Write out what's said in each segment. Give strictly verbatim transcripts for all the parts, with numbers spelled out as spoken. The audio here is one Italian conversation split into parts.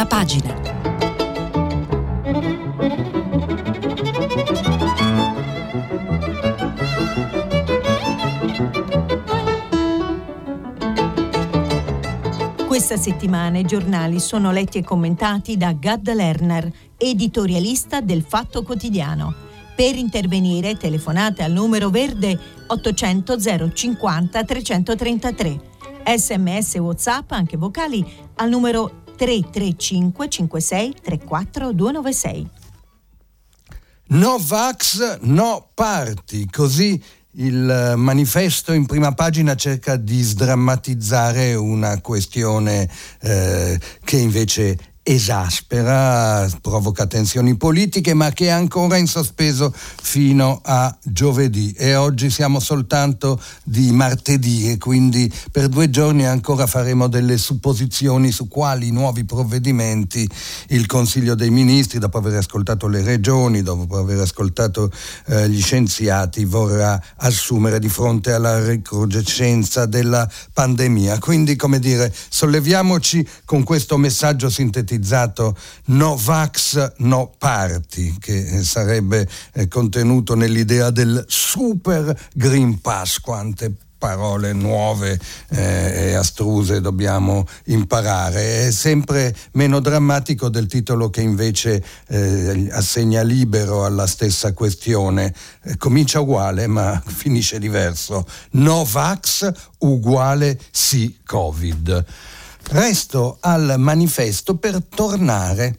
prima pagina. Questa settimana i giornali sono letti e commentati da Gad Lerner, editorialista del Fatto Quotidiano. Per intervenire telefonate al numero verde ottocento zero cinquanta trecentotrentatré. Sms e WhatsApp, anche vocali, al numero tre tre cinque cinque sei tre quattro due nove sei. No Vax, no party, così il manifesto in prima pagina cerca di sdrammatizzare una questione eh, che invece esaspera, provoca tensioni politiche, ma che è ancora in sospeso fino a giovedì, e oggi siamo soltanto di martedì e quindi per due giorni ancora faremo delle supposizioni su quali nuovi provvedimenti il Consiglio dei Ministri, dopo aver ascoltato le regioni, dopo aver ascoltato eh, gli scienziati, vorrà assumere di fronte alla recrudescenza della pandemia. Quindi, come dire, solleviamoci con questo messaggio sintetizzato: no vax, no party, che sarebbe eh, contenuto nell'idea del super Green Pass. Quante parole nuove eh, e astruse dobbiamo imparare. È sempre meno drammatico del titolo che invece eh, assegna libero alla stessa questione. Eh, comincia uguale ma finisce diverso. No vax uguale sì Covid. Resto al manifesto per tornare,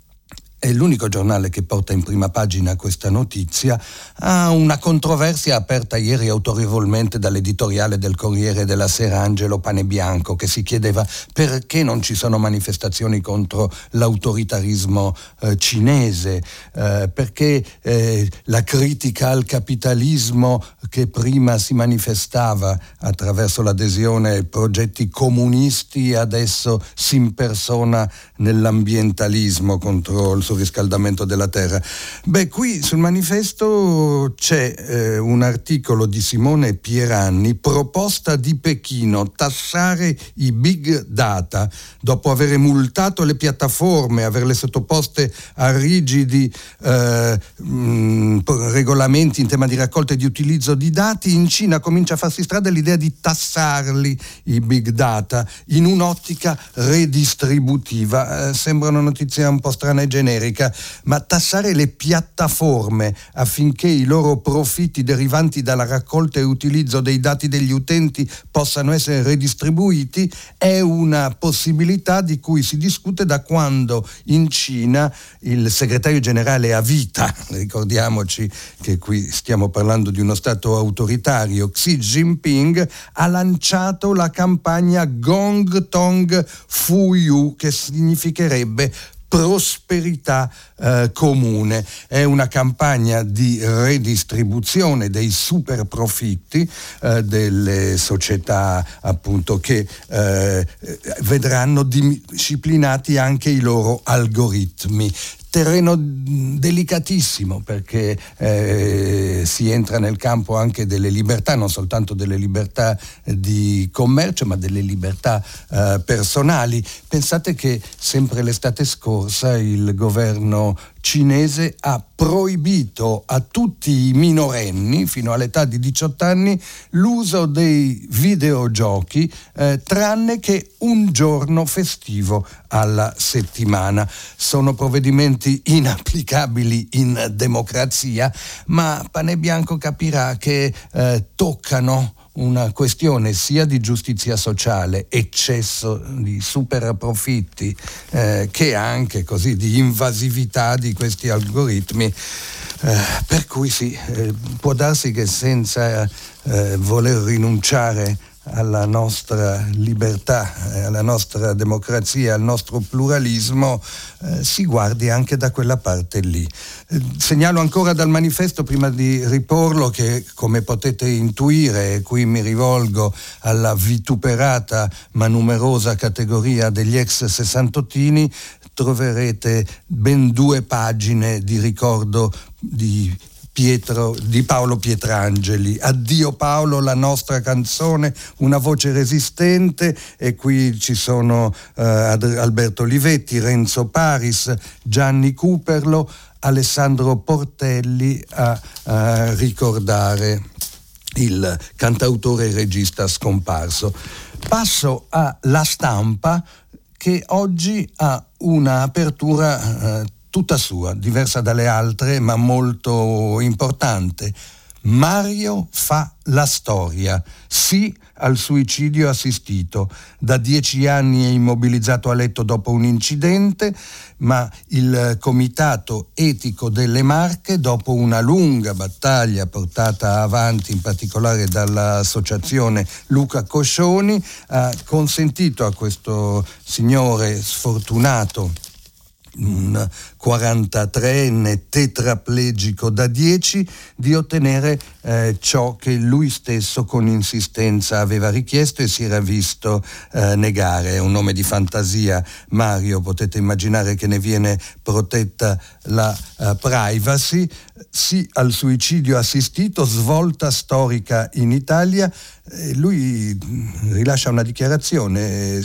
è l'unico giornale che porta in prima pagina questa notizia, a una controversia aperta ieri autorevolmente dall'editoriale del Corriere della Sera Angelo Panebianco, che si chiedeva perché non ci sono manifestazioni contro l'autoritarismo eh, cinese, eh, perché eh, la critica al capitalismo che prima si manifestava attraverso l'adesione ai progetti comunisti adesso si impersona nell'ambientalismo contro il riscaldamento della terra. Beh, qui sul manifesto c'è eh, un articolo di Simone Pieranni: proposta di Pechino, tassare i big data, dopo aver multato le piattaforme, averle sottoposte a rigidi eh, mh, regolamenti in tema di raccolta e di utilizzo di dati. In Cina comincia a farsi strada l'idea di tassarli i big data in un'ottica redistributiva. Eh, sembra una notizia un po' strana e generica, ma tassare le piattaforme affinché i loro profitti derivanti dalla raccolta e utilizzo dei dati degli utenti possano essere redistribuiti è una possibilità di cui si discute da quando in Cina il segretario generale a vita, ricordiamoci che qui stiamo parlando di uno stato autoritario, Xi Jinping, ha lanciato la campagna Gong Tong Fuyu, che significherebbe prosperità eh, comune. È una campagna di redistribuzione dei super profitti eh, delle società, appunto, che eh, vedranno disciplinati anche i loro algoritmi. Terreno delicatissimo, perché eh, si entra nel campo anche delle libertà, non soltanto delle libertà di commercio, ma delle libertà eh, personali. Pensate che sempre l'estate scorsa il governo cinese ha proibito a tutti i minorenni fino all'età di diciotto anni l'uso dei videogiochi eh, tranne che un giorno festivo alla settimana. Sono provvedimenti inapplicabili in democrazia, ma Panebianco capirà che eh, toccano una questione sia di giustizia sociale, eccesso di super profitti, eh, che anche così di invasività di questi algoritmi. Eh, per cui sì, eh, può darsi che senza eh, voler rinunciare alla nostra libertà, alla nostra democrazia, al nostro pluralismo, eh, si guardi anche da quella parte lì. Eh, segnalo ancora dal manifesto, prima di riporlo, che come potete intuire, e qui mi rivolgo alla vituperata ma numerosa categoria degli ex sessantottini, troverete ben due pagine di ricordo di Pietro, di Paolo Pietrangeli. Addio Paolo, la nostra canzone, una voce resistente, e qui ci sono eh, Alberto Olivetti, Renzo Paris, Gianni Cuperlo, Alessandro Portelli a, a ricordare il cantautore e regista scomparso. Passo a La Stampa, che oggi ha una apertura eh, tutta sua, diversa dalle altre, ma molto importante. Mario fa la storia, sì al suicidio assistito. Da dieci anni è immobilizzato a letto dopo un incidente, ma il Comitato Etico delle Marche, dopo una lunga battaglia portata avanti in particolare dall'associazione Luca Coscioni, ha consentito a questo signore sfortunato, un quarantatreenne tetraplegico da dieci, di ottenere eh, ciò che lui stesso con insistenza aveva richiesto e si era visto eh, negare. È un nome di fantasia, Mario, potete immaginare che ne viene protetta la uh, privacy. Sì al suicidio assistito, svolta storica in Italia. Eh, lui rilascia una dichiarazione: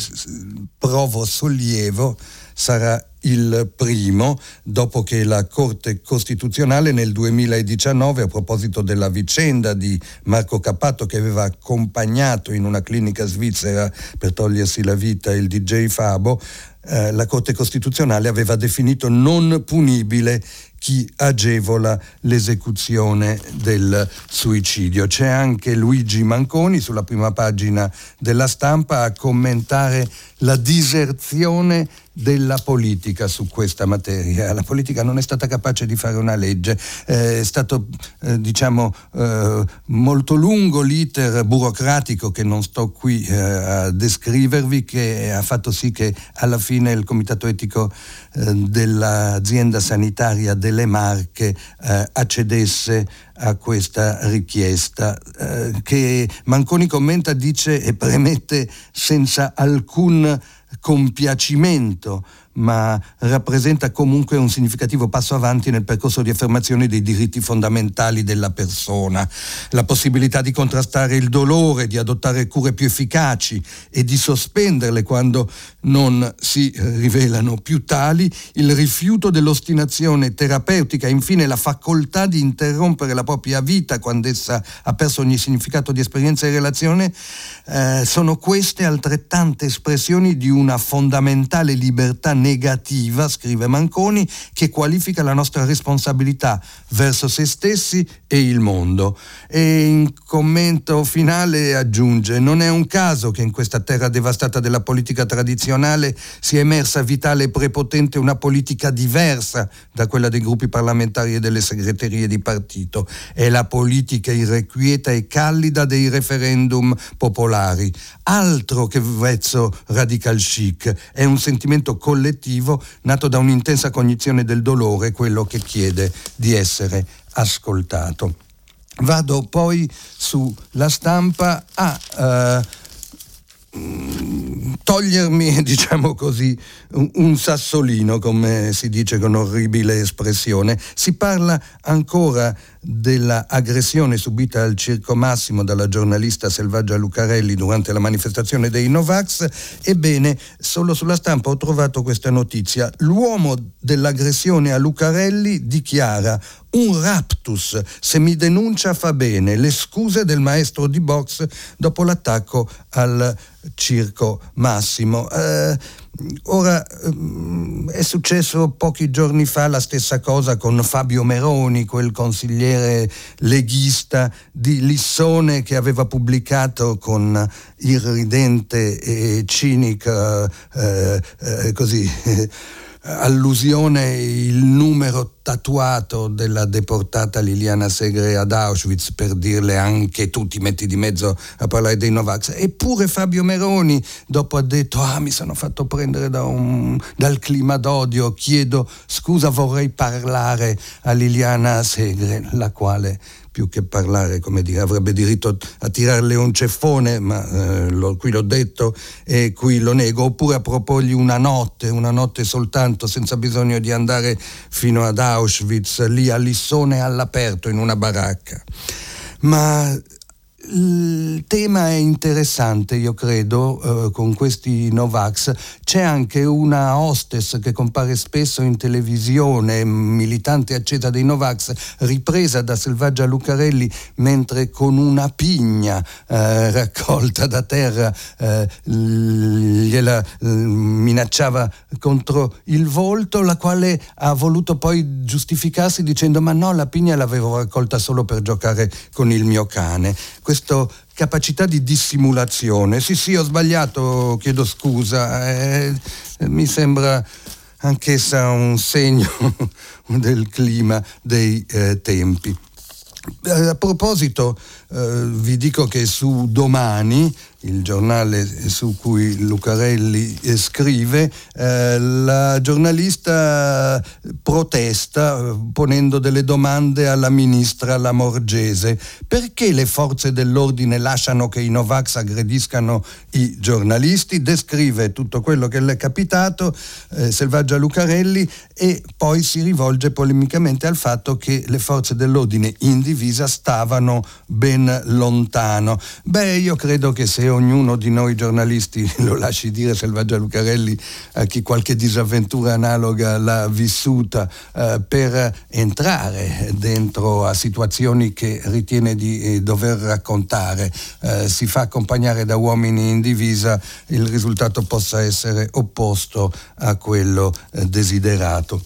provo sollievo, sarà il primo, dopo che la Corte Costituzionale nel duemiladiciannove, a proposito della vicenda di Marco Cappato, che aveva accompagnato in una clinica svizzera per togliersi la vita il D J Fabo, eh, la Corte Costituzionale aveva definito non punibile chi agevola l'esecuzione del suicidio. C'è anche Luigi Manconi sulla prima pagina della Stampa a commentare la diserzione della politica su questa materia. La politica non è stata capace di fare una legge, eh, è stato eh, diciamo eh, molto lungo l'iter burocratico che non sto qui eh, a descrivervi, che ha fatto sì che alla fine il Comitato Etico eh, dell'azienda sanitaria delle Marche eh, accedesse a questa richiesta, eh, che Manconi commenta, dice e premette senza alcun compiacimento, ma rappresenta comunque un significativo passo avanti nel percorso di affermazione dei diritti fondamentali della persona. La possibilità di contrastare il dolore, di adottare cure più efficaci e di sospenderle quando non si rivelano più tali, il rifiuto dell'ostinazione terapeutica, infine la facoltà di interrompere la propria vita quando essa ha perso ogni significato di esperienza e relazione, eh, sono queste altrettante espressioni di una fondamentale libertà negativa, scrive Manconi, che qualifica la nostra responsabilità verso se stessi e il mondo. E in commento finale aggiunge: non è un caso che in questa terra devastata della politica tradizionale sia emersa vitale e prepotente una politica diversa da quella dei gruppi parlamentari e delle segreterie di partito. È la politica irrequieta e callida dei referendum popolari. Altro che vezzo radical chic, è un sentimento collettivo nato da un'intensa cognizione del dolore, quello che chiede di essere ascoltato. Vado poi sulla Stampa a uh, togliermi, diciamo così, un, un sassolino, come si dice con orribile espressione. Si parla ancora della aggressione subita al Circo Massimo dalla giornalista Selvaggia Lucarelli durante la manifestazione dei Novax. Ebbene, solo sulla Stampa ho trovato questa notizia: l'uomo dell'aggressione a Lucarelli dichiara: un raptus, se mi denuncia fa bene, le scuse del maestro di box dopo l'attacco al Circo Massimo. Eh, ora ehm, è successo pochi giorni fa la stessa cosa con Fabio Meroni, quel consigliere leghista di Lissone che aveva pubblicato con irridente e cinica eh, eh, così allusione il numero tatuato della deportata Liliana Segre ad Auschwitz, per dirle anche tu ti metti di mezzo a parlare dei Novax. Eppure Fabio Meroni dopo ha detto: ah, mi sono fatto prendere da un, dal clima d'odio, chiedo scusa, vorrei parlare a Liliana Segre, la quale più che parlare, come dire, avrebbe diritto a tirarle un ceffone, ma eh, lo, qui l'ho detto e qui lo nego. Oppure a proporgli una notte, una notte soltanto, senza bisogno di andare fino ad Auschwitz, lì a Lissone all'aperto in una baracca. Ma il tema è interessante, io credo, eh, con questi Novax. C'è anche una hostess che compare spesso in televisione, militante accesa dei Novax, ripresa da Selvaggia Lucarelli mentre con una pigna eh, raccolta da terra eh, gliela eh, minacciava contro il volto, la quale ha voluto poi giustificarsi dicendo: ma no, la pigna l'avevo raccolta solo per giocare con il mio cane. Questa capacità di dissimulazione. Sì, sì, ho sbagliato, chiedo scusa. Eh, mi sembra anch'essa un segno del clima dei eh, tempi. A proposito, eh, vi dico che su Domani, il giornale su cui Lucarelli eh, scrive, eh, la giornalista protesta eh, ponendo delle domande alla ministra Lamorgese. Perché le forze dell'ordine lasciano che i Novax aggrediscano i giornalisti? Descrive tutto quello che le è capitato, eh, Selvaggia Lucarelli, e poi si rivolge polemicamente al fatto che le forze dell'ordine in divisa stavano ben lontano. Beh, io credo che se ognuno di noi giornalisti, lo lasci dire Selvaggia Lucarelli, a chi qualche disavventura analoga l'ha vissuta, eh, per entrare dentro a situazioni che ritiene di eh, dover raccontare, eh, si fa accompagnare da uomini in divisa, il risultato possa essere opposto a quello eh, desiderato.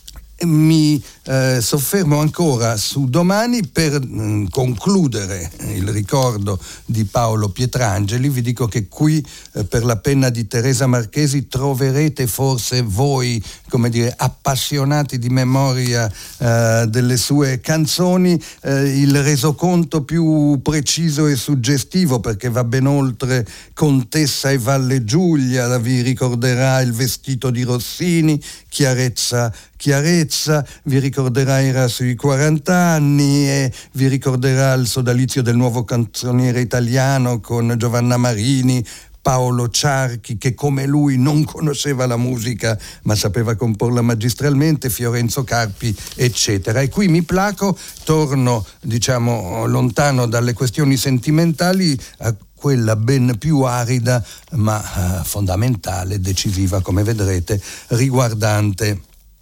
Mi eh, soffermo ancora su Domani per mh, concludere il ricordo di Paolo Pietrangeli. Vi dico che qui eh, per la penna di Teresa Marchesi troverete forse voi, come dire, appassionati di memoria eh, delle sue canzoni, eh, il resoconto più preciso e suggestivo, perché va ben oltre Contessa e Valle Giulia. Vi ricorderà Il vestito di Rossini, Chiarezza Chiarezza, vi ricorderà Era sui quaranta anni e vi ricorderà il sodalizio del nuovo canzoniere italiano con Giovanna Marini, Paolo Ciarchi, che come lui non conosceva la musica ma sapeva comporla magistralmente, Fiorenzo Carpi, eccetera. E qui mi placo, torno diciamo lontano dalle questioni sentimentali a quella ben più arida ma eh, fondamentale, decisiva, come vedrete, riguardante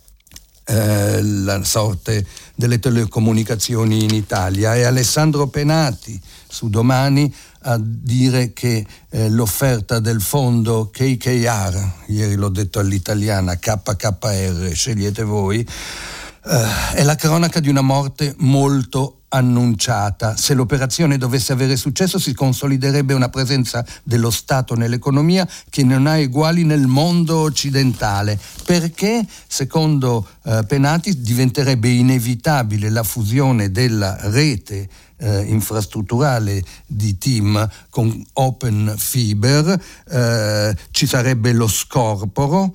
Eh, la sorte delle telecomunicazioni in Italia. È Alessandro Penati su Domani a dire che eh, l'offerta del fondo K K R, ieri l'ho detto all'italiana, K K R, scegliete voi, eh, è la cronaca di una morte molto annunciata. Se l'operazione dovesse avere successo si consoliderebbe una presenza dello Stato nell'economia che non ha eguali nel mondo occidentale, perché secondo eh, Penati diventerebbe inevitabile la fusione della rete eh, infrastrutturale di TIM con Open Fiber, eh, ci sarebbe lo scorporo,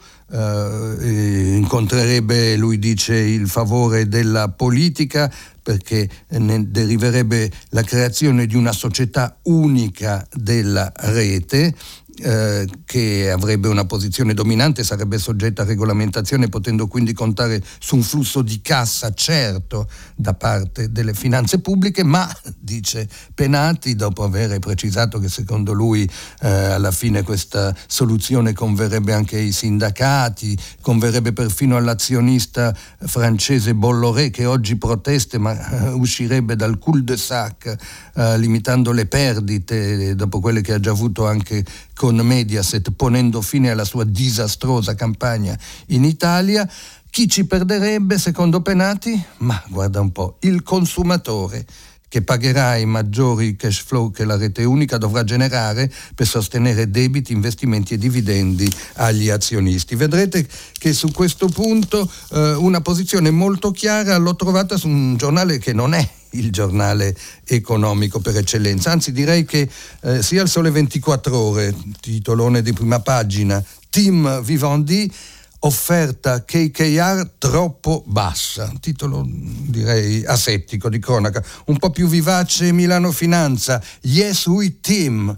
eh, incontrerebbe, lui dice, il favore della politica, perché ne deriverebbe la creazione di una società unica della rete eh, che avrebbe una posizione dominante, sarebbe soggetta a regolamentazione, potendo quindi contare su un flusso di cassa certo da parte delle finanze pubbliche, ma, dice Penati, dopo aver precisato che secondo lui eh, alla fine questa soluzione converrebbe anche ai sindacati, converrebbe perfino all'azionista francese Bolloré, che oggi protesta ma uh, uscirebbe dal cul-de-sac uh, limitando le perdite dopo quelle che ha già avuto anche con Mediaset, ponendo fine alla sua disastrosa campagna in Italia. Chi ci perderebbe secondo Penati? Ma guarda un po', il consumatore, che pagherà i maggiori cash flow che la rete unica dovrà generare per sostenere debiti, investimenti e dividendi agli azionisti. Vedrete che su questo punto eh, una posizione molto chiara l'ho trovata su un giornale che non è il giornale economico per eccellenza, anzi direi che eh, sia il Sole ventiquattro Ore, titolone di prima pagina, Team Vivendi, offerta K K R troppo bassa, titolo direi asettico di cronaca. Un po' più vivace Milano Finanza, Yes we Team,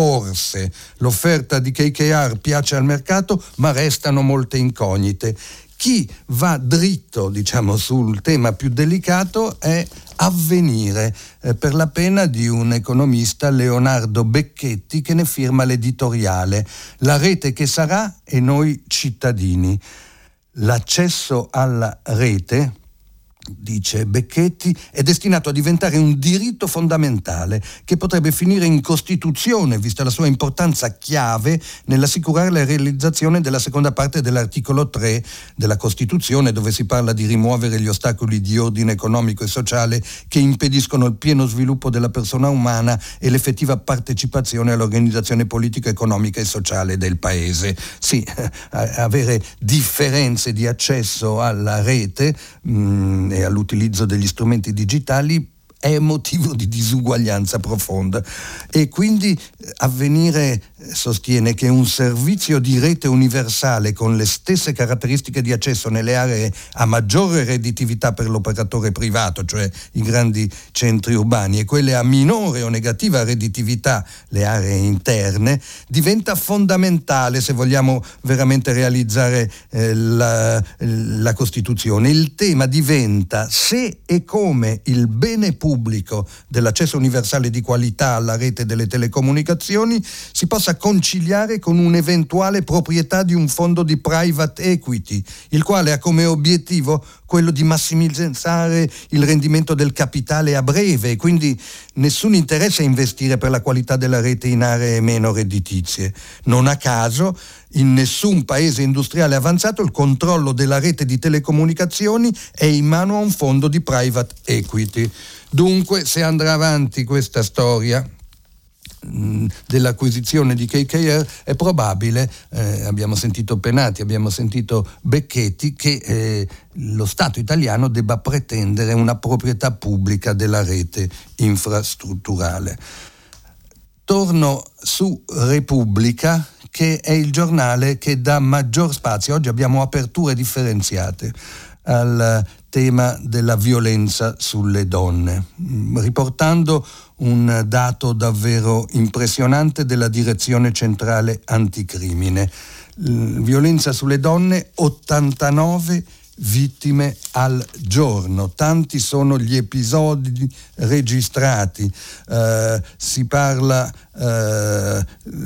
forse l'offerta di K K R piace al mercato ma restano molte incognite. Chi va dritto, diciamo, sul tema più delicato è Avvenire, eh, per la penna di un economista, Leonardo Becchetti, che ne firma l'editoriale La rete che sarà e noi cittadini. L'accesso alla rete, dice Becchetti, è destinato a diventare un diritto fondamentale che potrebbe finire in Costituzione, vista la sua importanza chiave nell'assicurare la realizzazione della seconda parte dell'articolo tre della Costituzione, dove si parla di rimuovere gli ostacoli di ordine economico e sociale che impediscono il pieno sviluppo della persona umana e l'effettiva partecipazione all'organizzazione politica, economica e sociale del paese. Sì, avere differenze di accesso alla rete mh, e all'utilizzo degli strumenti digitali è motivo di disuguaglianza profonda, e quindi Avvenire sostiene che un servizio di rete universale con le stesse caratteristiche di accesso nelle aree a maggiore redditività per l'operatore privato, cioè i grandi centri urbani, e quelle a minore o negativa redditività, le aree interne, diventa fondamentale se vogliamo veramente realizzare eh, la, la Costituzione. Il tema diventa se e come il bene pubblico dell'accesso universale di qualità alla rete delle telecomunicazioni si possa conciliare con un'eventuale proprietà di un fondo di private equity, il quale ha come obiettivo quello di massimizzare il rendimento del capitale a breve, e quindi nessun interesse a investire per la qualità della rete in aree meno redditizie. Non a caso, in nessun paese industriale avanzato il controllo della rete di telecomunicazioni è in mano a un fondo di private equity. Dunque, se andrà avanti questa storia mh, dell'acquisizione di K K R, è probabile, eh, abbiamo sentito Penati, abbiamo sentito Becchetti, che eh, lo Stato italiano debba pretendere una proprietà pubblica della rete infrastrutturale. Torno su Repubblica, che è il giornale che dà maggior spazio. Oggi abbiamo aperture differenziate al tema della violenza sulle donne, riportando un dato davvero impressionante della Direzione Centrale Anticrimine. Violenza sulle donne, ottantanove vittime al giorno. Tanti sono gli episodi registrati. Eh, si parla eh,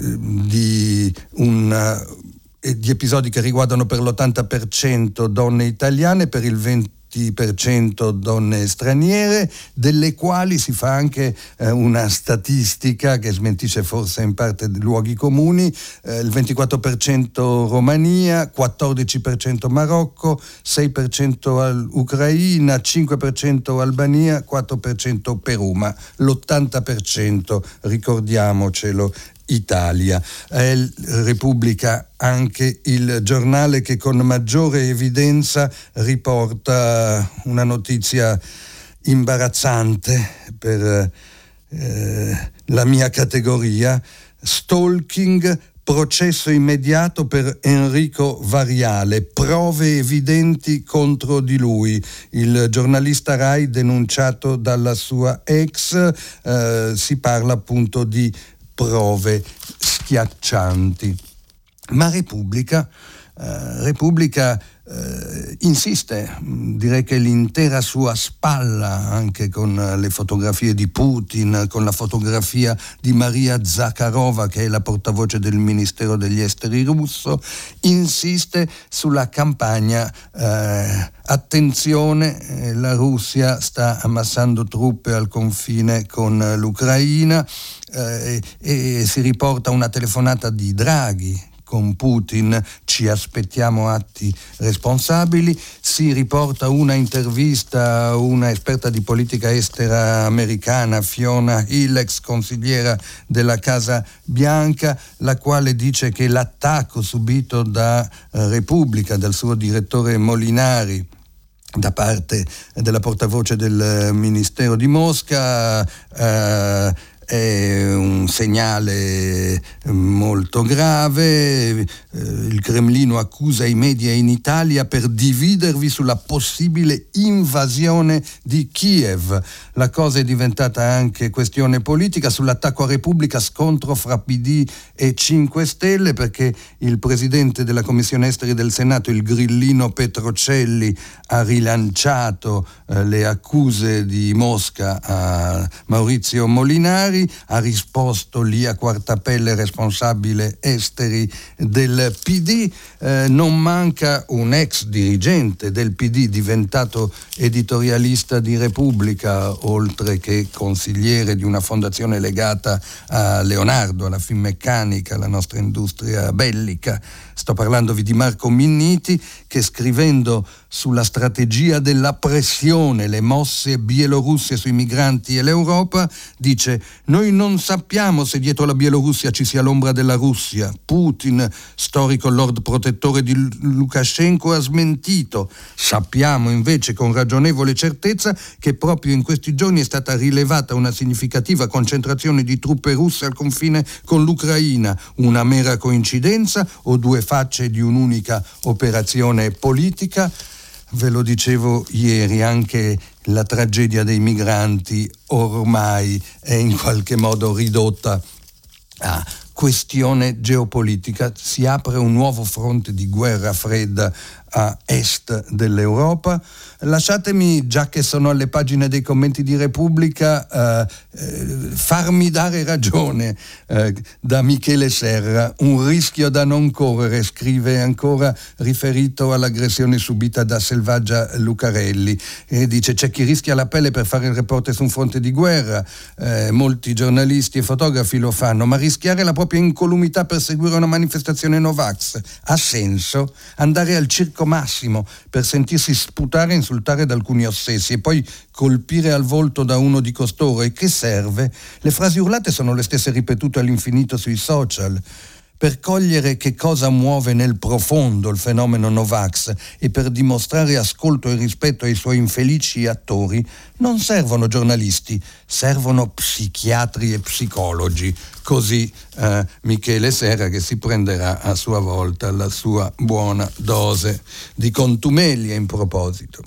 di un di episodi che riguardano per l'ottanta per cento donne italiane, per il venti per cento donne straniere, delle quali si fa anche eh, una statistica che smentisce forse in parte luoghi comuni, eh, il ventiquattro per cento Romania, quattordici per cento Marocco, sei per cento Ucraina, cinque per cento Albania, quattro per cento Perù, ma l'ottanta per cento, ricordiamocelo, Italia. È Repubblica anche il giornale che con maggiore evidenza riporta una notizia imbarazzante per eh, la mia categoria: stalking, processo immediato per Enrico Variale, prove evidenti contro di lui. Il giornalista Rai denunciato dalla sua ex, eh, si parla appunto di prove schiaccianti. Ma Repubblica, eh, Repubblica eh, insiste, direi che l'intera sua spalla, anche con le fotografie di Putin, con la fotografia di Maria Zakharova, che è la portavoce del Ministero degli Esteri russo, insiste sulla campagna eh, attenzione, eh, la Russia sta ammassando truppe al confine con l'Ucraina, eh, e si riporta una telefonata di Draghi con Putin: ci aspettiamo atti responsabili. Si riporta una intervista a una esperta di politica estera americana, Fiona Hill, ex consigliera della Casa Bianca, la quale dice che l'attacco subito da eh, Repubblica, dal suo direttore Molinari, da parte della portavoce del Ministero di Mosca, eh, è un segnale molto grave. Il Cremlino accusa i media in Italia per dividervi sulla possibile invasione di Kiev. La cosa è diventata anche questione politica. Sull'attacco a Repubblica, scontro fra P D e cinque Stelle, perché il presidente della Commissione Esteri del Senato, il grillino Petrocelli, ha rilanciato eh, le accuse di Mosca a Maurizio Molinari. Ha risposto Lia Quartapelle, responsabile esteri del P D. Eh, non manca un ex dirigente del P D diventato editorialista di Repubblica, oltre che consigliere di una fondazione legata a Leonardo, alla Finmeccanica, la nostra industria bellica. Sto parlandovi di Marco Minniti, che scrivendo sulla strategia della pressione, le mosse bielorusse sui migranti e l'Europa, dice: noi non sappiamo se dietro la Bielorussia ci sia l'ombra della Russia. Putin, storico lord protettore di Lukashenko, ha smentito. Sappiamo invece con ragionevole certezza che proprio in questi giorni è stata rilevata una significativa concentrazione di truppe russe al confine con l'Ucraina. Una mera coincidenza o due facce di un'unica operazione politica? Ve lo dicevo ieri, anche la tragedia dei migranti ormai è in qualche modo ridotta a questione geopolitica. Si apre un nuovo fronte di guerra fredda a est dell'Europa. Lasciatemi, già che sono alle pagine dei commenti di Repubblica, eh, eh, farmi dare ragione eh, da Michele Serra. Un rischio da non correre, scrive ancora, riferito all'aggressione subita da Selvaggia Lucarelli, e dice: c'è chi rischia la pelle per fare il reporter su un fronte di guerra, eh, molti giornalisti e fotografi lo fanno, ma rischiare la propria incolumità per seguire una manifestazione Novax ha senso? Andare al circo massimo per sentirsi sputare e insultare da alcuni ossessi e poi colpire al volto da uno di costoro, e che serve? Le frasi urlate sono le stesse ripetute all'infinito sui social. Per cogliere che cosa muove nel profondo il fenomeno Novax e per dimostrare ascolto e rispetto ai suoi infelici attori non servono giornalisti, servono psichiatri e psicologi. Così eh, Michele Serra, che si prenderà a sua volta la sua buona dose di contumelia in proposito.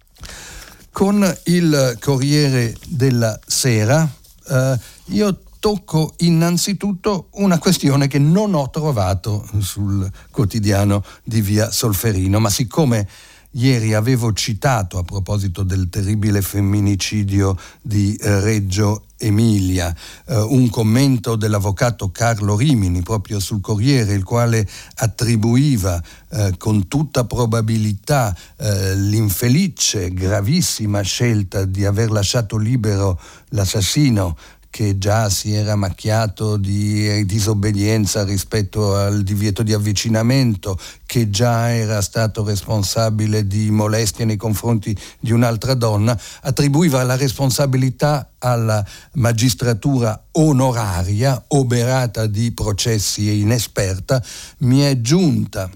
Con il Corriere della Sera eh, io tocco innanzitutto una questione che non ho trovato sul quotidiano di Via Solferino, ma siccome ieri avevo citato, a proposito del terribile femminicidio di eh, Reggio Emilia, eh, un commento dell'avvocato Carlo Rimini proprio sul Corriere, il quale attribuiva eh, con tutta probabilità eh, l'infelice, gravissima scelta di aver lasciato libero l'assassino, che già si era macchiato di disobbedienza rispetto al divieto di avvicinamento, che già era stato responsabile di molestie nei confronti di un'altra donna, attribuiva la responsabilità alla magistratura onoraria, oberata di processi e inesperta. Mi è giunta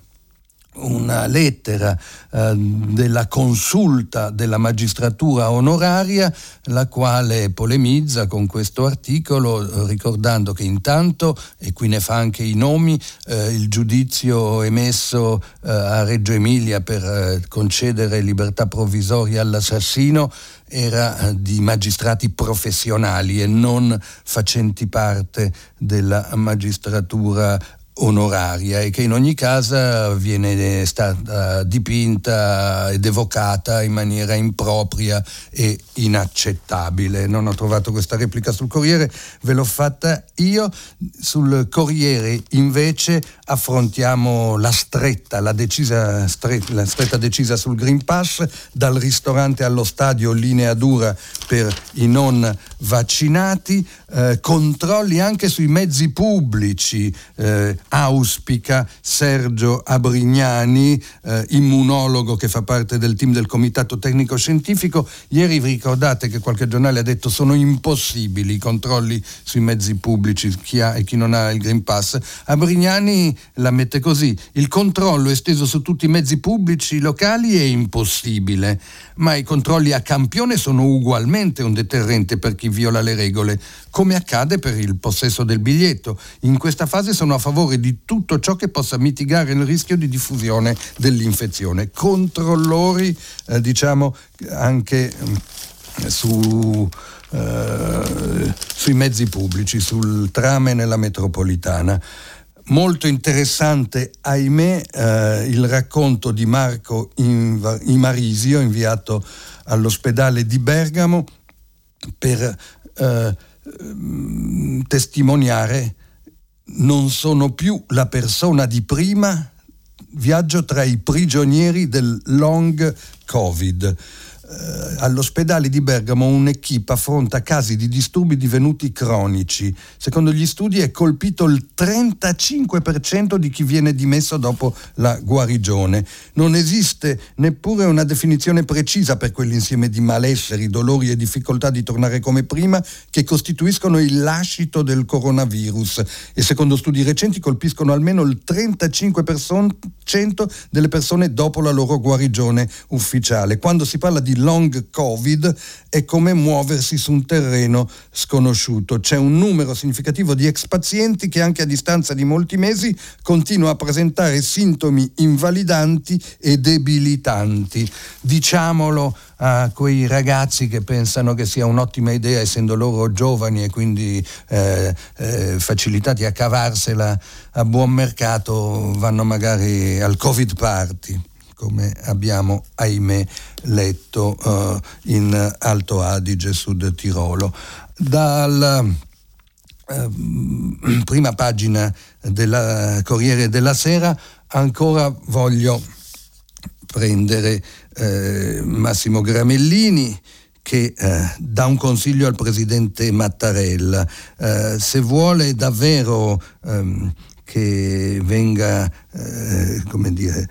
una lettera eh, della consulta della magistratura onoraria, la quale polemizza con questo articolo, ricordando che intanto, e qui ne fa anche i nomi, eh, il giudizio emesso eh, a Reggio Emilia per eh, concedere libertà provvisoria all'assassino era di magistrati professionali e non facenti parte della magistratura onoraria, e che in ogni caso viene stata dipinta ed evocata in maniera impropria e inaccettabile. Non ho trovato questa replica sul Corriere, ve l'ho fatta io. Sul Corriere invece affrontiamo la stretta, la decisa stretta, la stretta decisa sul Green Pass, dal ristorante allo stadio, linea dura per i non vaccinati, eh, controlli anche sui mezzi pubblici, eh, auspica Sergio Abrignani, eh, immunologo che fa parte del team del Comitato Tecnico Scientifico. Ieri vi ricordate che qualche giornale ha detto sono impossibili i controlli sui mezzi pubblici, chi ha e chi non ha il Green Pass. Abrignani la mette così: il controllo esteso su tutti i mezzi pubblici locali è impossibile, ma i controlli a campione sono ugualmente un deterrente per chi viola le regole, come accade per il possesso del biglietto. In questa fase sono a favore di tutto ciò che possa mitigare il rischio di diffusione dell'infezione. Controllori, eh, diciamo, anche eh, su eh, sui mezzi pubblici, sul tram e nella metropolitana. Molto interessante, ahimè, eh, il racconto di Marco Imarisio, inviato all'ospedale di Bergamo per eh, testimoniare: non sono più la persona di prima, viaggio tra i prigionieri del long Covid. Eh, all'ospedale di Bergamo un'equipe affronta casi di disturbi divenuti cronici. Secondo gli studi è colpito il trentacinque per cento di chi viene dimesso dopo la guarigione. Non esiste neppure una definizione precisa per quell'insieme di malesseri, dolori e difficoltà di tornare come prima che costituiscono il lascito del coronavirus, e secondo studi recenti colpiscono almeno il trentacinque per cento delle persone dopo la loro guarigione ufficiale. Quando si parla di long Covid è come muoversi su un terreno sconosciuto. C'è un numero significativo di ex pazienti che anche a distanza di molti mesi continua a presentare sintomi invalidanti e debilitanti. Diciamolo a quei ragazzi che pensano che sia un'ottima idea, essendo loro giovani e quindi eh, eh, facilitati a cavarsela a buon mercato, vanno magari al Covid party, come abbiamo, ahimè, letto uh, in Alto Adige, Sud Tirolo. Dalla uh, prima pagina del Corriere della Sera ancora voglio prendere eh, Massimo Gramellini, che eh, dà un consiglio al presidente Mattarella. Eh, se vuole davvero ehm, che venga, eh, come dire,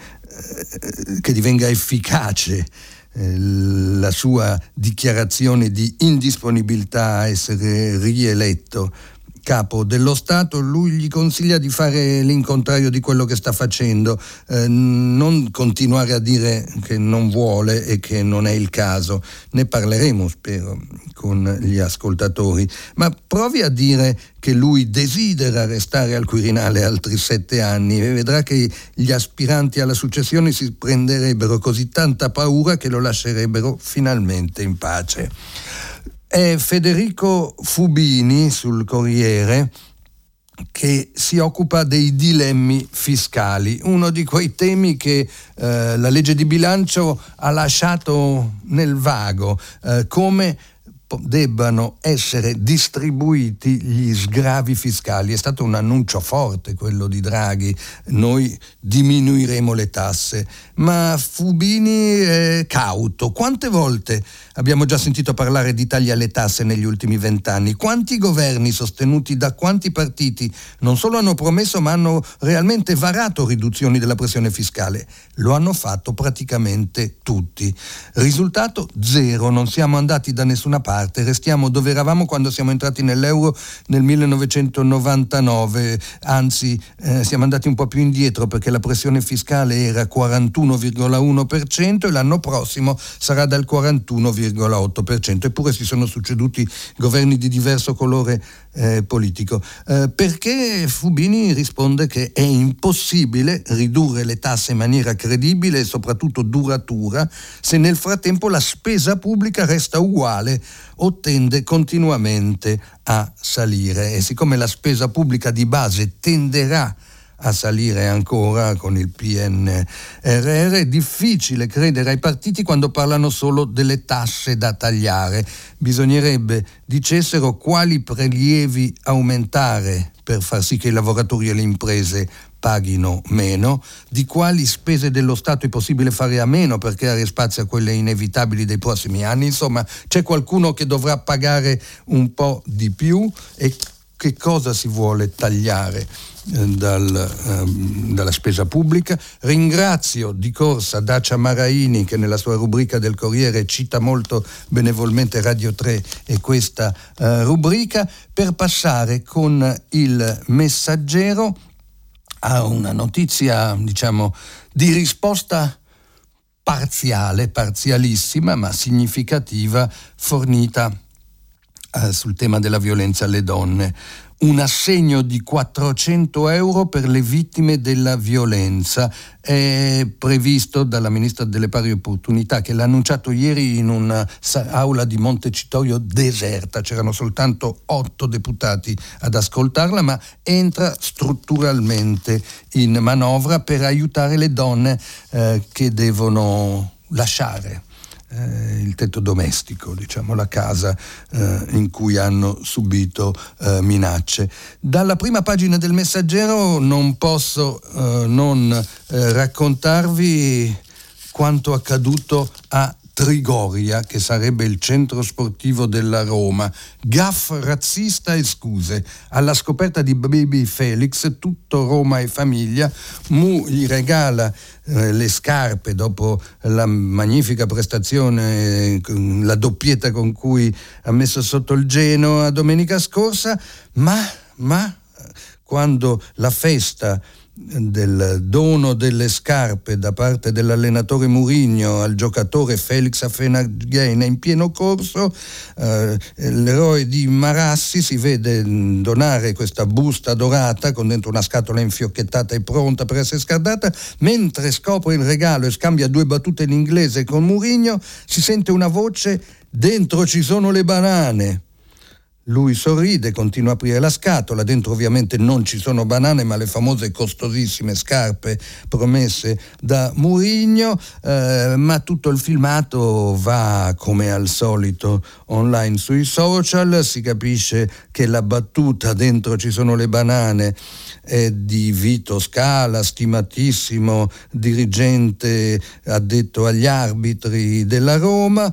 che divenga efficace eh, la sua dichiarazione di indisponibilità a essere rieletto capo dello Stato, lui gli consiglia di fare l'incontrario di quello che sta facendo, eh, non continuare a dire che non vuole e che non è il caso. Ne parleremo, spero, con gli ascoltatori, ma provi a dire che lui desidera restare al Quirinale altri sette anni e vedrà che gli aspiranti alla successione si prenderebbero così tanta paura che lo lascerebbero finalmente in pace. È Federico Fubini sul Corriere che si occupa dei dilemmi fiscali, uno di quei temi che eh, la legge di bilancio ha lasciato nel vago, eh, come debbano essere distribuiti gli sgravi fiscali. È stato un annuncio forte quello di Draghi: noi diminuiremo le tasse, ma Fubini è cauto. Quante volte abbiamo già sentito parlare di tagli alle tasse negli ultimi vent'anni? Quanti governi sostenuti da quanti partiti non solo hanno promesso ma hanno realmente varato riduzioni della pressione fiscale? Lo hanno fatto praticamente tutti. Risultato zero, non siamo andati da nessuna parte. Restiamo dove eravamo quando siamo entrati nell'euro nel millenovecentonovantanove, anzi eh, siamo andati un po' più indietro perché la pressione fiscale era quarantuno virgola uno per cento e l'anno prossimo sarà dal quarantuno virgola otto per cento, eppure si sono succeduti governi di diverso colore eh, politico. Eh, perché Fubini risponde che è impossibile ridurre le tasse in maniera credibile e soprattutto duratura se nel frattempo la spesa pubblica resta uguale o tende continuamente a salire, e siccome la spesa pubblica di base tenderà a salire ancora con il P N R R, è difficile credere ai partiti quando parlano solo delle tasse da tagliare. Bisognerebbe dicessero quali prelievi aumentare per far sì che i lavoratori e le imprese paghino meno, di quali spese dello Stato è possibile fare a meno per creare spazio a quelle inevitabili dei prossimi anni. Insomma, c'è qualcuno che dovrà pagare un po' di più, e che cosa si vuole tagliare eh, dal, um, dalla spesa pubblica. Ringrazio di corsa Dacia Maraini, che nella sua rubrica del Corriere cita molto benevolmente Radio tre e questa uh, rubrica, per passare con il Messaggero a una notizia, diciamo, di risposta parziale, parzialissima, ma significativa, fornita eh, sul tema della violenza alle donne. Un assegno di quattrocento euro per le vittime della violenza è previsto dalla Ministra delle Pari Opportunità, che l'ha annunciato ieri in un'aula di Montecitorio deserta. C'erano soltanto otto deputati ad ascoltarla, ma entra strutturalmente in manovra per aiutare le donne eh, che devono lasciare Eh, il tetto domestico, diciamo la casa eh, in cui hanno subito eh, minacce. Dalla prima pagina del Messaggero non posso eh, non eh, raccontarvi quanto accaduto a Trigoria, che sarebbe il centro sportivo della Roma. Gaff razzista e scuse. Alla scoperta di Baby Felix, tutto Roma e famiglia. Mu gli regala eh, le scarpe dopo la magnifica prestazione, eh, la doppietta con cui ha messo sotto il Genoa domenica scorsa, ma, ma quando la festa del dono delle scarpe da parte dell'allenatore Mourinho al giocatore Felix Afena-Gheina in pieno corso, eh, l'eroe di Marassi si vede donare questa busta dorata con dentro una scatola infiocchettata e pronta per essere scaldata. Mentre scopre il regalo e scambia due battute in inglese con Mourinho, si sente una voce: dentro ci sono le banane. Lui sorride, continua a aprire la scatola. Dentro ovviamente non ci sono banane, ma le famose costosissime scarpe promesse da Mourinho, eh, ma tutto il filmato va come al solito online sui social. Si capisce che la battuta "dentro ci sono le banane" è di Vito Scala, stimatissimo dirigente addetto agli arbitri della Roma.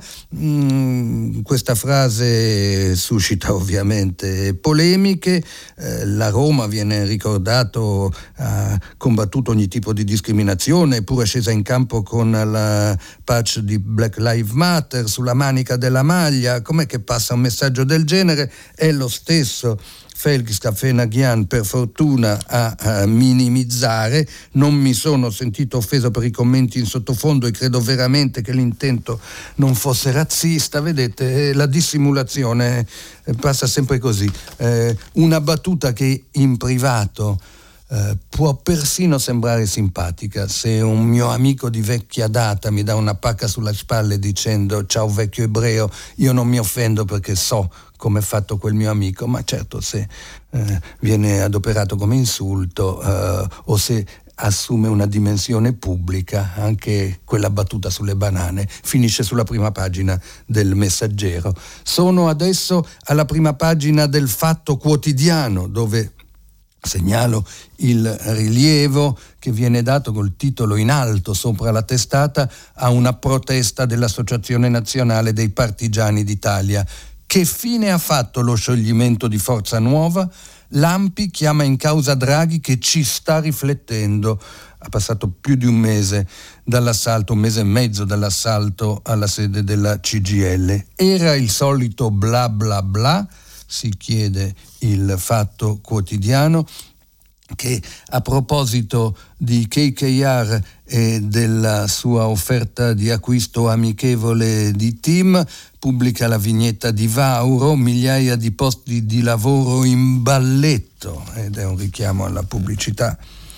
Mm, questa frase suscita ovviamente polemiche. Eh, la Roma, viene ricordato, ha combattuto ogni tipo di discriminazione, eppure è scesa in campo con la patch di Black Lives Matter sulla manica della maglia. Com'è che passa un messaggio del genere? È lo stesso Felix Afena-Gheina, per fortuna, a, a minimizzare. Non mi sono sentito offeso per i commenti in sottofondo e credo veramente che l'intento non fosse razzista. Vedete, la dissimulazione passa sempre così. Eh, una battuta che in privato eh, può persino sembrare simpatica. Se un mio amico di vecchia data mi dà una pacca sulle spalle dicendo "ciao vecchio ebreo", io non mi offendo perché so come è fatto quel mio amico, ma certo se eh, viene adoperato come insulto eh, o se assume una dimensione pubblica, anche quella battuta sulle banane finisce sulla prima pagina del Messaggero. Sono adesso alla prima pagina del Fatto Quotidiano, dove segnalo il rilievo che viene dato col titolo in alto sopra la testata a una protesta dell'Associazione Nazionale dei Partigiani d'Italia. Che fine ha fatto lo scioglimento di Forza Nuova? L'Ampi chiama in causa Draghi, che ci sta riflettendo. Ha passato più di un mese dall'assalto, un mese e mezzo dall'assalto alla sede della C G I L. Era il solito bla bla bla? Si chiede il Fatto Quotidiano, che a proposito di K K R e della sua offerta di acquisto amichevole di Tim pubblica la vignetta di Vauro: migliaia di posti di lavoro in balletto, ed è un richiamo alla pubblicità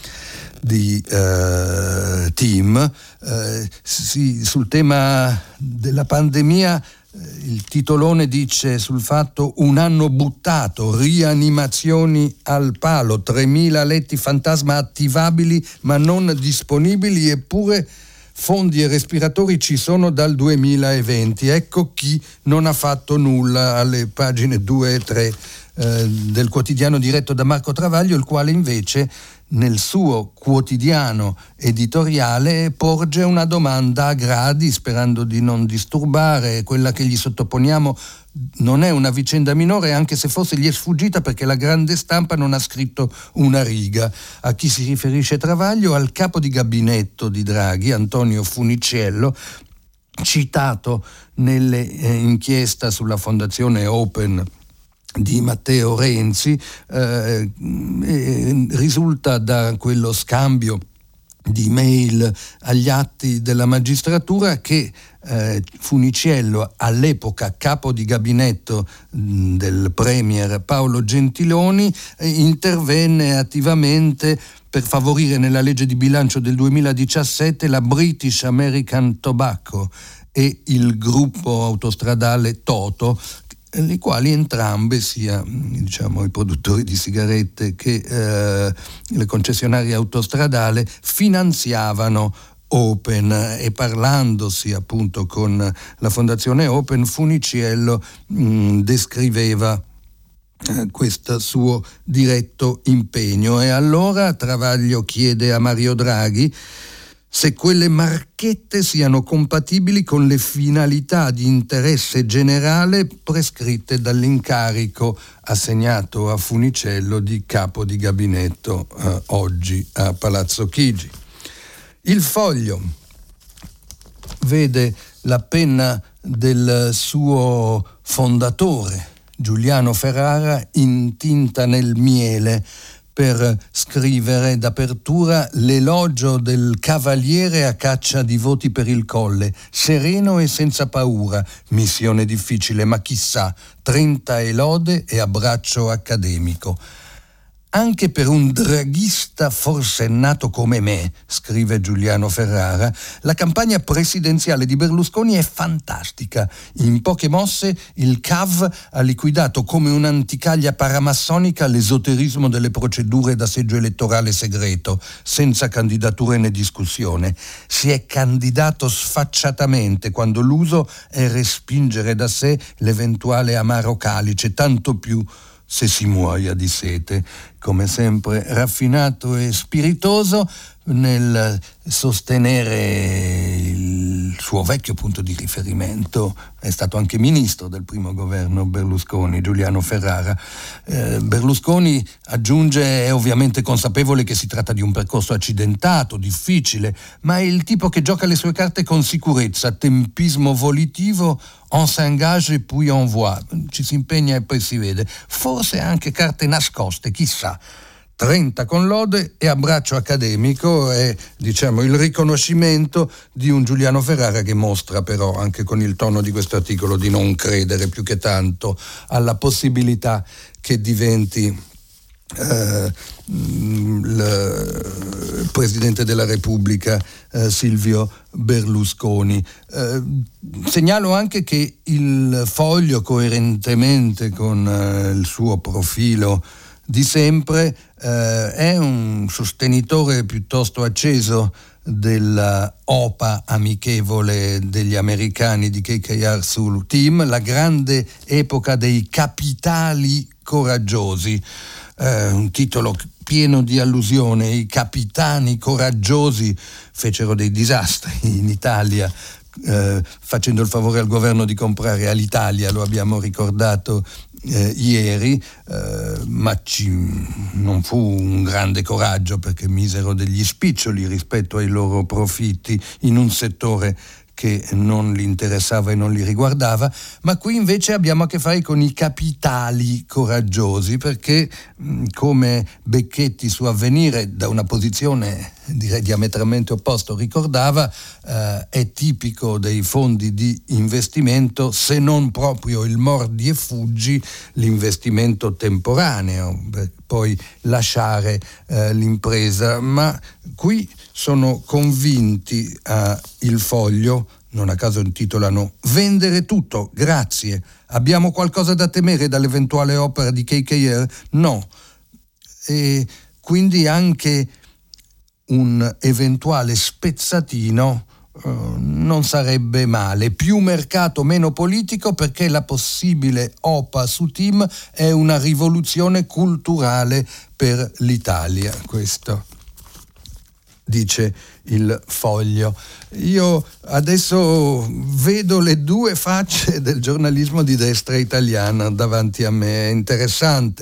di eh, Tim. Eh, sì, sul tema della pandemia il titolone dice sul Fatto: un anno buttato, rianimazioni al palo, tremila letti fantasma attivabili ma non disponibili, eppure fondi e respiratori ci sono dal duemilaventi. Ecco chi non ha fatto nulla, alle pagine due e tre eh, del quotidiano diretto da Marco Travaglio, il quale invece nel suo quotidiano editoriale porge una domanda a gradi, sperando di non disturbare. Quella che gli sottoponiamo non è una vicenda minore, anche se forse gli è sfuggita perché la grande stampa non ha scritto una riga. A chi si riferisce Travaglio? Al capo di gabinetto di Draghi, Antonio Funicello, citato nelle eh, inchiesta sulla fondazione Open di Matteo Renzi. Eh, risulta da quello scambio di mail agli atti della magistratura che eh, Funiciello, all'epoca capo di gabinetto mh, del premier Paolo Gentiloni, eh, intervenne attivamente per favorire nella legge di bilancio del duemiladiciassette la British American Tobacco e il gruppo autostradale Toto, le quali entrambe, sia diciamo i produttori di sigarette che eh, le concessionarie autostradali, finanziavano Open, e parlandosi appunto con la fondazione Open, Funiciello mh, descriveva eh, questo suo diretto impegno. E allora Travaglio chiede a Mario Draghi se quelle marchette siano compatibili con le finalità di interesse generale prescritte dall'incarico assegnato a Funiciello di capo di gabinetto eh, oggi a Palazzo Chigi. Il Foglio vede la penna del suo fondatore, Giuliano Ferrara, intinta nel miele, per scrivere d'apertura l'elogio del cavaliere a caccia di voti per il Colle, sereno e senza paura, missione difficile, ma chissà, trenta e lode e abbraccio accademico. Anche per un draghista forsennato come me, scrive Giuliano Ferrara, la campagna presidenziale di Berlusconi è fantastica. In poche mosse il C A V ha liquidato come un'anticaglia paramassonica l'esoterismo delle procedure da seggio elettorale segreto, senza candidature né discussione. Si è candidato sfacciatamente quando l'uso è respingere da sé l'eventuale amaro calice, tanto più se si muoia di sete. Come sempre raffinato e spiritoso nel sostenere il suo vecchio punto di riferimento. È stato anche ministro del primo governo Berlusconi, Giuliano Ferrara. Eh, Berlusconi, aggiunge, è ovviamente consapevole che si tratta di un percorso accidentato, difficile, ma è il tipo che gioca le sue carte con sicurezza, tempismo volitivo, on s'engage et puis on voit, ci si impegna e poi si vede, forse anche carte nascoste, chissà. trenta con lode e abbraccio accademico è, diciamo, il riconoscimento di un Giuliano Ferrara che mostra però, anche con il tono di questo articolo, di non credere più che tanto alla possibilità che diventi eh, il Presidente della Repubblica eh, Silvio Berlusconi. Eh, segnalo anche che il Foglio, coerentemente con eh, il suo profilo di sempre, eh, è un sostenitore piuttosto acceso della O P A amichevole degli americani di K K R sul team, la grande epoca dei capitali coraggiosi, eh, un titolo pieno di allusione. I capitani coraggiosi fecero dei disastri in Italia, eh, facendo il favore al governo di comprare Alitalia, lo abbiamo ricordato Eh, ieri, eh, ma ci, non fu un grande coraggio, perché misero degli spiccioli rispetto ai loro profitti in un settore che non li interessava e non li riguardava. Ma qui invece abbiamo a che fare con i capitali coraggiosi, perché mh, come Becchetti su Avvenire, da una posizione direi diametralmente opposta, ricordava, eh, è tipico dei fondi di investimento, se non proprio il mordi e fuggi, l'investimento temporaneo, per poi lasciare eh, l'impresa. Ma qui sono convinti a Il Foglio, non a caso intitolano "Vendere tutto, grazie. Abbiamo qualcosa da temere dall'eventuale opera di K K R? No." E quindi anche un eventuale spezzatino eh, non sarebbe male. Più mercato, meno politico, perché la possibile O P A su Tim è una rivoluzione culturale per l'Italia. Questo dice Il Foglio. Io adesso vedo le due facce del giornalismo di destra italiana davanti a me. È interessante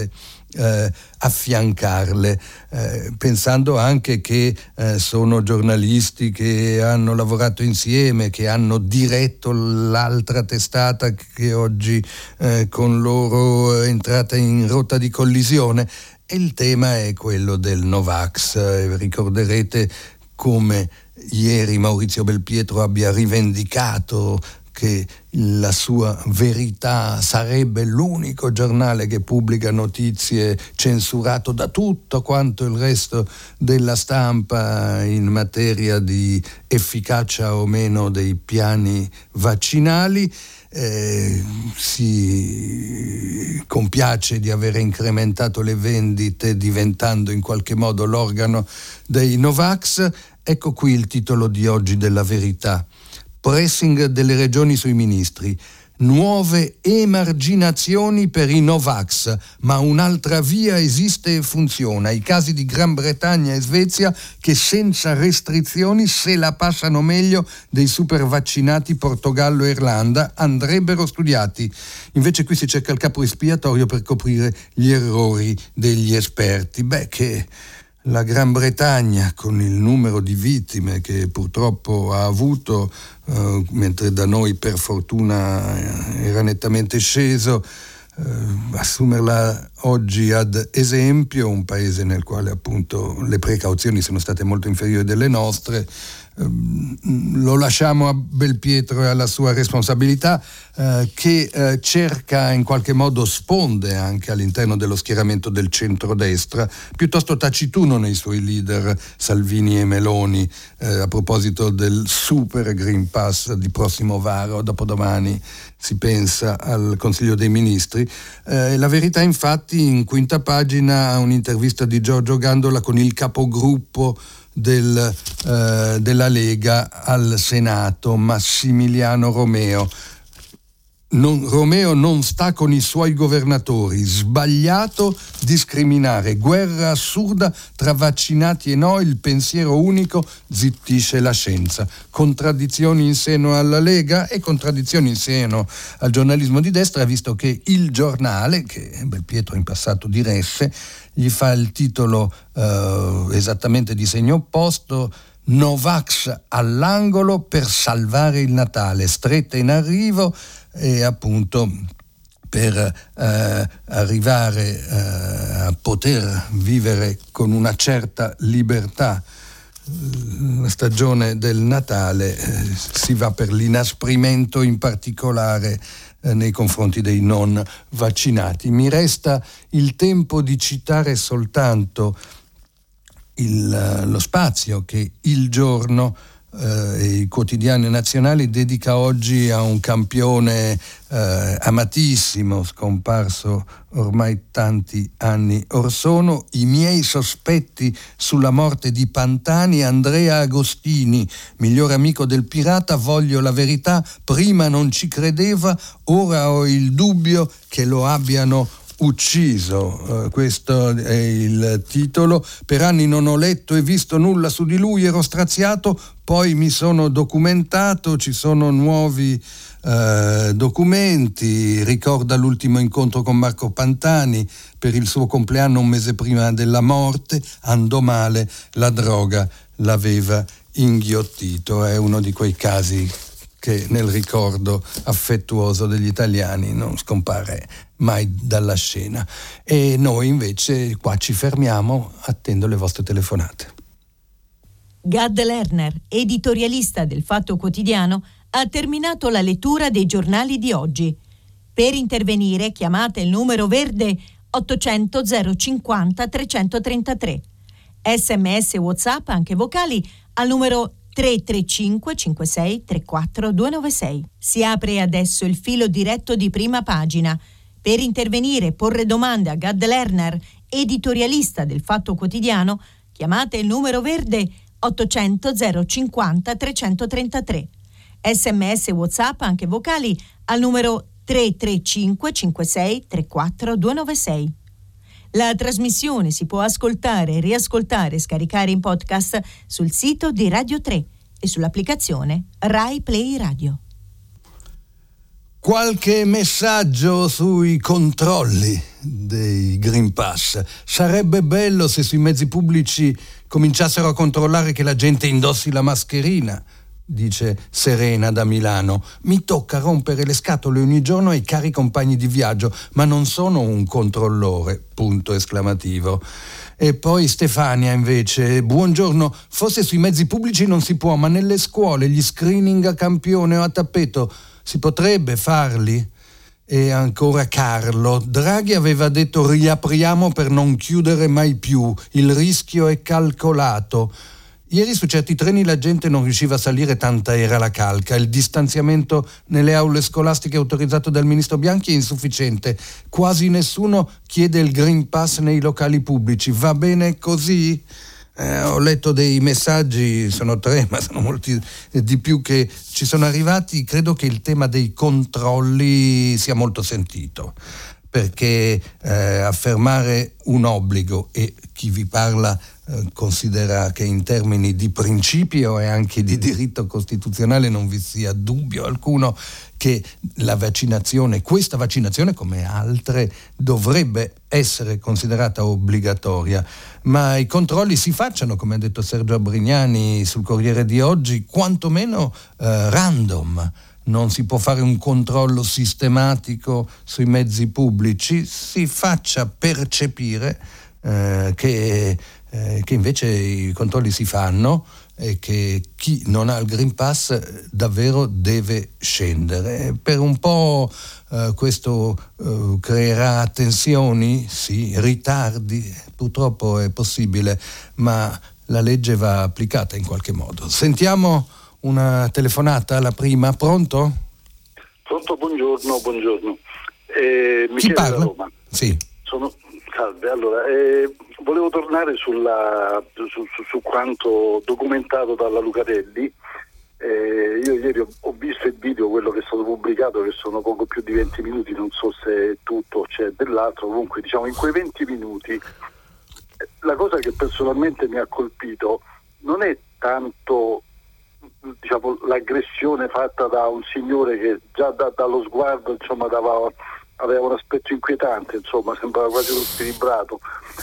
eh, affiancarle, eh, pensando anche che eh, sono giornalisti che hanno lavorato insieme, che hanno diretto l'altra testata che oggi eh, con loro è entrata in rotta di collisione. E il tema è quello del Novax. Eh, ricorderete come ieri Maurizio Belpietro abbia rivendicato che la sua Verità sarebbe l'unico giornale che pubblica notizie censurato da tutto quanto il resto della stampa in materia di efficacia o meno dei piani vaccinali. Eh, si compiace di aver incrementato le vendite diventando in qualche modo l'organo dei Novax. Ecco qui il titolo di oggi della Verità. Pressing delle regioni sui ministri. Nuove emarginazioni per i Novax, ma un'altra via esiste e funziona. I casi di Gran Bretagna e Svezia che senza restrizioni se la passano meglio dei super vaccinati Portogallo e Irlanda andrebbero studiati. Invece qui si cerca il capo espiatorio per coprire gli errori degli esperti. Beh, che la Gran Bretagna, con il numero di vittime che purtroppo ha avuto, eh, mentre da noi per fortuna era nettamente sceso, eh, assumerla oggi ad esempio, un paese nel quale appunto le precauzioni sono state molto inferiori delle nostre, lo lasciamo a Belpietro e alla sua responsabilità, eh, che eh, cerca in qualche modo sponde anche all'interno dello schieramento del centrodestra, piuttosto tacituno nei suoi leader Salvini e Meloni, eh, a proposito del super Green Pass di prossimo varo, dopodomani si pensa al Consiglio dei Ministri. Eh, la Verità infatti in quinta pagina ha un'intervista di Giorgio Gandola con il capogruppo Del, eh, della Lega al Senato, Massimiliano Romeo. Non, Romeo non sta con i suoi governatori, sbagliato discriminare, guerra assurda tra vaccinati e no, il pensiero unico zittisce la scienza. Contraddizioni in seno alla Lega e contraddizioni in seno al giornalismo di destra, visto che Il Giornale, che Belpietro in passato diresse, gli fa il titolo eh, esattamente di segno opposto: Novax all'angolo per salvare il Natale, stretta in arrivo, e appunto per eh, arrivare eh, a poter vivere con una certa libertà la stagione del Natale, eh, si va per l'inasprimento in particolare eh, nei confronti dei non vaccinati. Mi resta il tempo di citare soltanto il, lo spazio che Il Giorno eh, e i quotidiani nazionali dedica oggi a un campione eh, amatissimo, scomparso ormai tanti anni or sono. I miei sospetti sulla morte di Pantani, Andrea Agostini, miglior amico del pirata, voglio la verità, prima non ci credeva, ora ho il dubbio che lo abbiano ucciso. Uh, questo è il titolo. Per anni non ho letto e visto nulla su di lui, ero straziato, poi mi sono documentato, ci sono nuovi uh, documenti, ricorda l'ultimo incontro con Marco Pantani per il suo compleanno un mese prima della morte, andò male, la droga l'aveva inghiottito. È uno di quei casi che nel ricordo affettuoso degli italiani non scompare mai dalla scena. E noi invece qua ci fermiamo, attendo le vostre telefonate. Gad Lerner, editorialista del Fatto Quotidiano, ha terminato la lettura dei giornali di oggi. Per intervenire chiamate il numero verde ottocento zero cinquanta trecentotrentatré. Sms WhatsApp anche vocali al numero tre tre cinque cinque sei tre quattro due nove sei. Si apre adesso il filo diretto di Prima Pagina. Per intervenire e porre domande a Gad Lerner, editorialista del Fatto Quotidiano, chiamate il numero verde ottocento zero cinquanta trecentotrentatré. Sms WhatsApp anche vocali al numero tre tre cinque cinque sei tre quattro due nove sei. La trasmissione si può ascoltare, riascoltare e scaricare in podcast sul sito di Radio tre e sull'applicazione Rai Play Radio. Qualche messaggio sui controlli dei Green Pass. Sarebbe bello se sui mezzi pubblici cominciassero a controllare che la gente indossi la mascherina, dice Serena da Milano. Mi tocca rompere le scatole ogni giorno ai cari compagni di viaggio, ma non sono un controllore, punto esclamativo. E poi Stefania invece, buongiorno, forse sui mezzi pubblici non si può, ma nelle scuole gli screening a campione o a tappeto si potrebbe farli? E ancora Carlo, Draghi aveva detto riapriamo per non chiudere mai più, il rischio è calcolato. Ieri su certi treni la gente non riusciva a salire, tanta era la calca. Il distanziamento nelle aule scolastiche autorizzato dal ministro Bianchi è insufficiente. Quasi nessuno chiede il Green Pass nei locali pubblici. Va bene così? Eh, ho letto dei messaggi, sono tre, ma sono molti di più che ci sono arrivati. Credo che il tema dei controlli sia molto sentito, perché eh, affermare un obbligo, e chi vi parla eh, considera che in termini di principio e anche di diritto costituzionale non vi sia dubbio alcuno che la vaccinazione, questa vaccinazione come altre, dovrebbe essere considerata obbligatoria, ma i controlli si facciano, come ha detto Sergio Abrignani sul Corriere di oggi, quantomeno eh, random. Non si può fare un controllo sistematico sui mezzi pubblici, si faccia percepire eh, che, eh, che invece i controlli si fanno e che chi non ha il Green Pass davvero deve scendere. Per un po' eh, questo eh, creerà tensioni, sì, ritardi, purtroppo è possibile, ma la legge va applicata in qualche modo. Sentiamo una telefonata, la prima. Pronto? Pronto, buongiorno, buongiorno. Eh, Chi parla? Da Roma. Sì. Sono, salve, allora, eh, volevo tornare sulla, su, su, su quanto documentato dalla Lucarelli. Eh, io ieri ho, ho visto il video, quello che è stato pubblicato, che sono poco più di venti minuti, non so se è tutto o c'è dell'altro, comunque diciamo in quei venti minuti la cosa che personalmente mi ha colpito non è tanto, diciamo, l'aggressione fatta da un signore che già da, dallo sguardo, insomma, dava, aveva un aspetto inquietante, insomma, sembrava quasi uno squilibrato,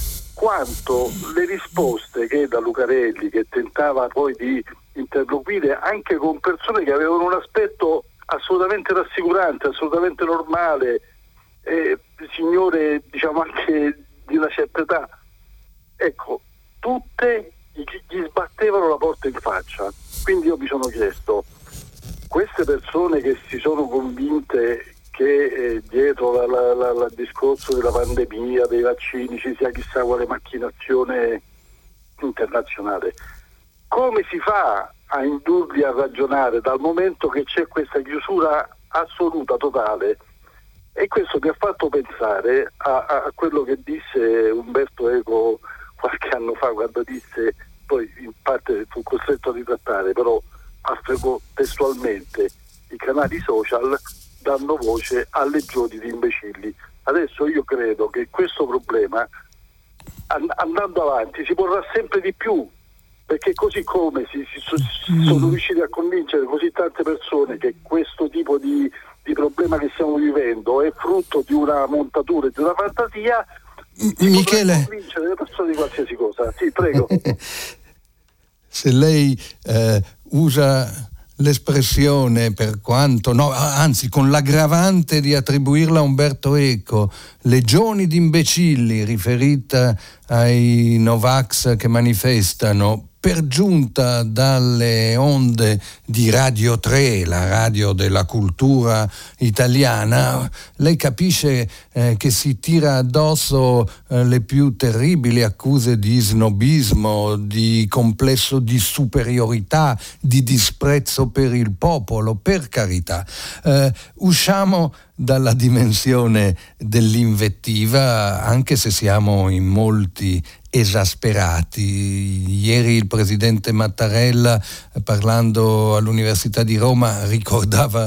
quanto le risposte che da Lucarelli, che tentava poi di interloquire anche con persone che avevano un aspetto assolutamente rassicurante, assolutamente normale, eh, signore, diciamo, anche di una certa età, ecco, tutte gli sbattevano la porta in faccia. Quindi io mi sono chiesto, queste persone che si sono convinte che eh, dietro il discorso della pandemia, dei vaccini, ci sia chissà quale macchinazione internazionale, come si fa a indurli a ragionare dal momento che c'è questa chiusura assoluta, totale? E questo mi ha fatto pensare a, a quello che disse Umberto Eco qualche anno fa, quando disse, poi in parte fu costretto a ritrattare, però affermò testualmente: i canali social danno voce alle legioni di imbecilli. Adesso io credo che questo problema, an- andando avanti, si porrà sempre di più, perché così come si, si, si sono riusciti a convincere così tante persone che questo tipo di, di problema che stiamo vivendo è frutto di una montatura e di una fantasia, si Michele, convincere le persone di qualsiasi cosa. Sì, prego. Se lei eh, usa l'espressione, per quanto no, anzi con l'aggravante di attribuirla a Umberto Eco, legioni di imbecilli, riferita ai Novax che manifestano, per giunta dalle onde di Radio tre, la radio della cultura italiana, lei capisce eh, che si tira addosso eh, le più terribili accuse di snobismo, di complesso di superiorità, di disprezzo per il popolo, per carità. Eh, usciamo dalla dimensione dell'invettiva, anche se siamo in molti esasperati. Ieri il presidente Mattarella, parlando all'Università di Roma, ricordava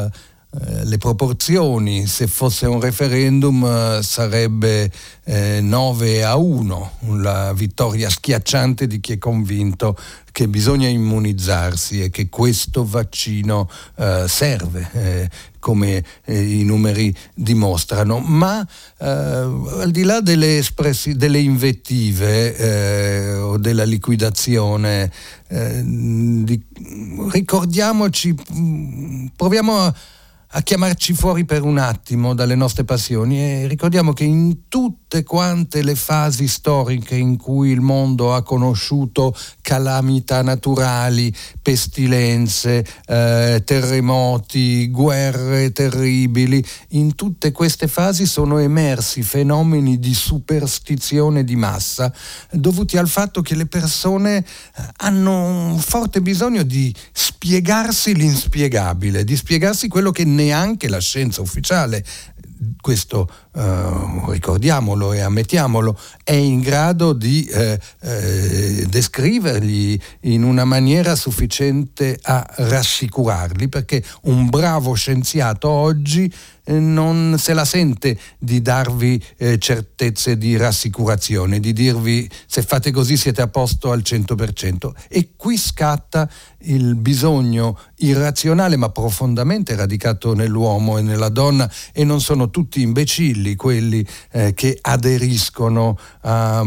eh, le proporzioni, se fosse un referendum eh, sarebbe eh, nove a uno, la vittoria schiacciante di chi è convinto che bisogna immunizzarsi e che questo vaccino eh, serve, eh, come eh, i numeri dimostrano. Ma eh, al di là delle espressi, delle invettive eh, o della liquidazione, eh, di, ricordiamoci, proviamo a a chiamarci fuori per un attimo dalle nostre passioni e ricordiamo che in tutte quante le fasi storiche in cui il mondo ha conosciuto calamità naturali, pestilenze, eh, terremoti, guerre terribili, in tutte queste fasi sono emersi fenomeni di superstizione di massa dovuti al fatto che le persone hanno un forte bisogno di spiegarsi l'inspiegabile, di spiegarsi quello che neanche la scienza ufficiale, questo eh, ricordiamolo e ammettiamolo, è in grado di eh, eh, descrivergli in una maniera sufficiente a rassicurarli, perché un bravo scienziato oggi eh, non se la sente di darvi eh, certezze di rassicurazione, di dirvi se fate così siete a posto al cento per cento. E qui scatta il bisogno irrazionale ma profondamente radicato nell'uomo e nella donna, e non sono tutti imbecilli quelli eh, che aderiscono a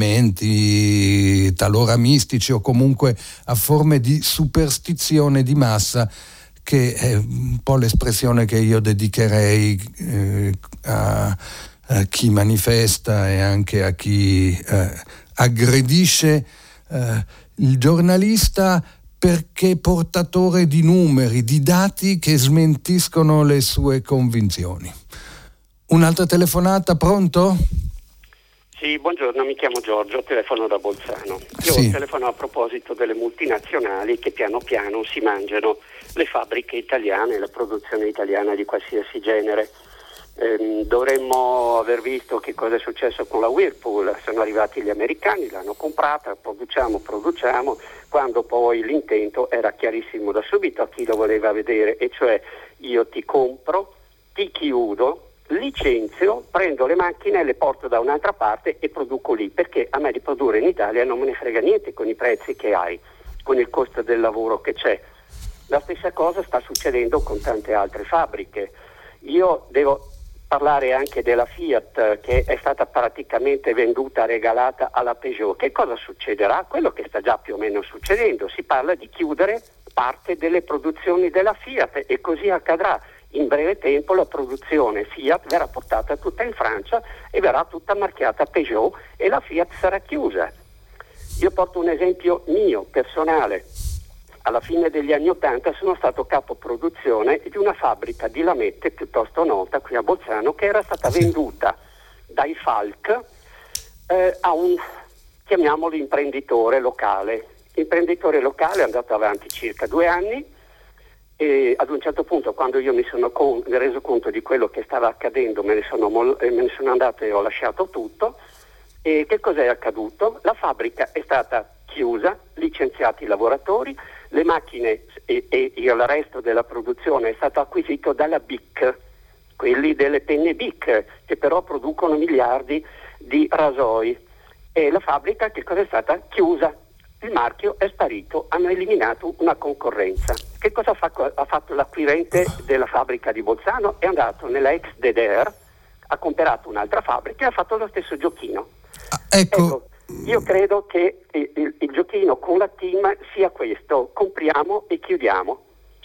movimenti talora mistici o comunque a forme di superstizione di massa, che è un po' l'espressione che io dedicherei eh, a, a chi manifesta e anche a chi eh, aggredisce eh, il giornalista perché portatore di numeri, di dati che smentiscono le sue convinzioni. Un'altra telefonata, pronto? Sì, buongiorno, mi chiamo Giorgio, telefono da Bolzano. Io sì. telefono a proposito delle multinazionali che piano piano si mangiano le fabbriche italiane, la produzione italiana di qualsiasi genere. Ehm, dovremmo aver visto che cosa è successo con la Whirlpool. Sono arrivati gli americani, l'hanno comprata, produciamo, produciamo, quando poi l'intento era chiarissimo da subito a chi lo voleva vedere, e cioè io ti compro, ti chiudo, licenzio, prendo le macchine, le porto da un'altra parte e produco lì, perché a me di produrre in Italia non me ne frega niente con i prezzi che hai, con il costo del lavoro che c'è. La stessa cosa sta succedendo con tante altre fabbriche. Io devo parlare anche della Fiat, che è stata praticamente venduta, regalata alla Peugeot. Che cosa succederà? Quello che sta già più o meno succedendo. Si parla di chiudere parte delle produzioni della Fiat e così accadrà. In breve tempo la produzione Fiat verrà portata tutta in Francia e verrà tutta marchiata Peugeot e la Fiat sarà chiusa. Io porto un esempio mio, personale. Alla fine degli anni Ottanta sono stato capo produzione di una fabbrica di lamette piuttosto nota qui a Bolzano, che era stata venduta dai Falk eh, a un, chiamiamolo, imprenditore locale. L'imprenditore locale è andato avanti circa due anni e ad un certo punto, quando io mi sono con, mi reso conto di quello che stava accadendo, me ne sono, mol, eh, me ne sono andato e ho lasciato tutto. E che cos'è accaduto? La fabbrica è stata chiusa, licenziati i lavoratori, le macchine e, e il resto della produzione è stato acquisito dalla Bic, quelli delle penne Bic, che però producono miliardi di rasoi. E la fabbrica che cosa è stata? Chiusa. Il marchio è sparito, hanno eliminato una concorrenza. Che cosa ha, fa- ha fatto l'acquirente della fabbrica di Bolzano? È andato nella ex D D R, ha comprato un'altra fabbrica e ha fatto lo stesso giochino. Ah, ecco. ecco, io credo che il, il, il giochino con la team sia questo: compriamo e chiudiamo.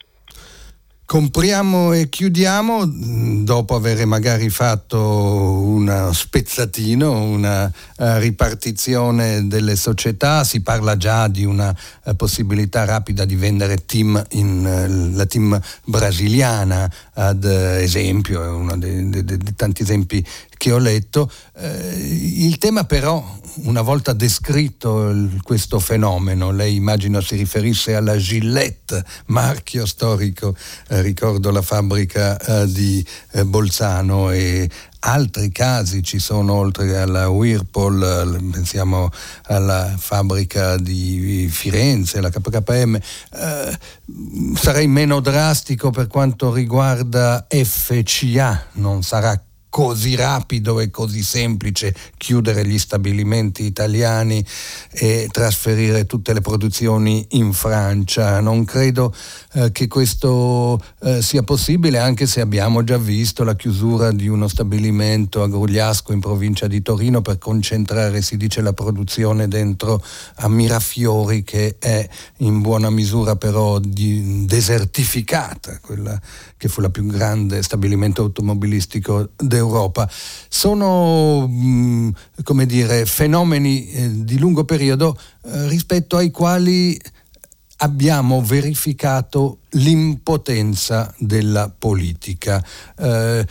Compriamo e chiudiamo, dopo aver magari fatto uno spezzatino, una uh, ripartizione delle società. Si parla già di una uh, possibilità rapida di vendere team in uh, la team brasiliana, ad uh, esempio, è uno dei, dei, dei tanti esempi che ho letto. Eh, il tema però, una volta descritto il, questo fenomeno, lei immagino si riferisse alla Gillette, marchio storico, eh, ricordo la fabbrica eh, di eh, Bolzano, e altri casi ci sono, oltre alla Whirlpool, pensiamo alla fabbrica di Firenze, la K K M. Eh, sarei meno drastico per quanto riguarda F C A, non sarà così rapido e così semplice chiudere gli stabilimenti italiani e trasferire tutte le produzioni in Francia. Non credo eh, che questo eh, sia possibile, anche se abbiamo già visto la chiusura di uno stabilimento a Grugliasco in provincia di Torino per concentrare, si dice, la produzione dentro a Mirafiori, che è in buona misura però di, desertificata, quella che fu la più grande stabilimento automobilistico d'Europa. Sono, mh, come dire, fenomeni eh, di lungo periodo eh, rispetto ai quali abbiamo verificato l'impotenza della politica. Eh,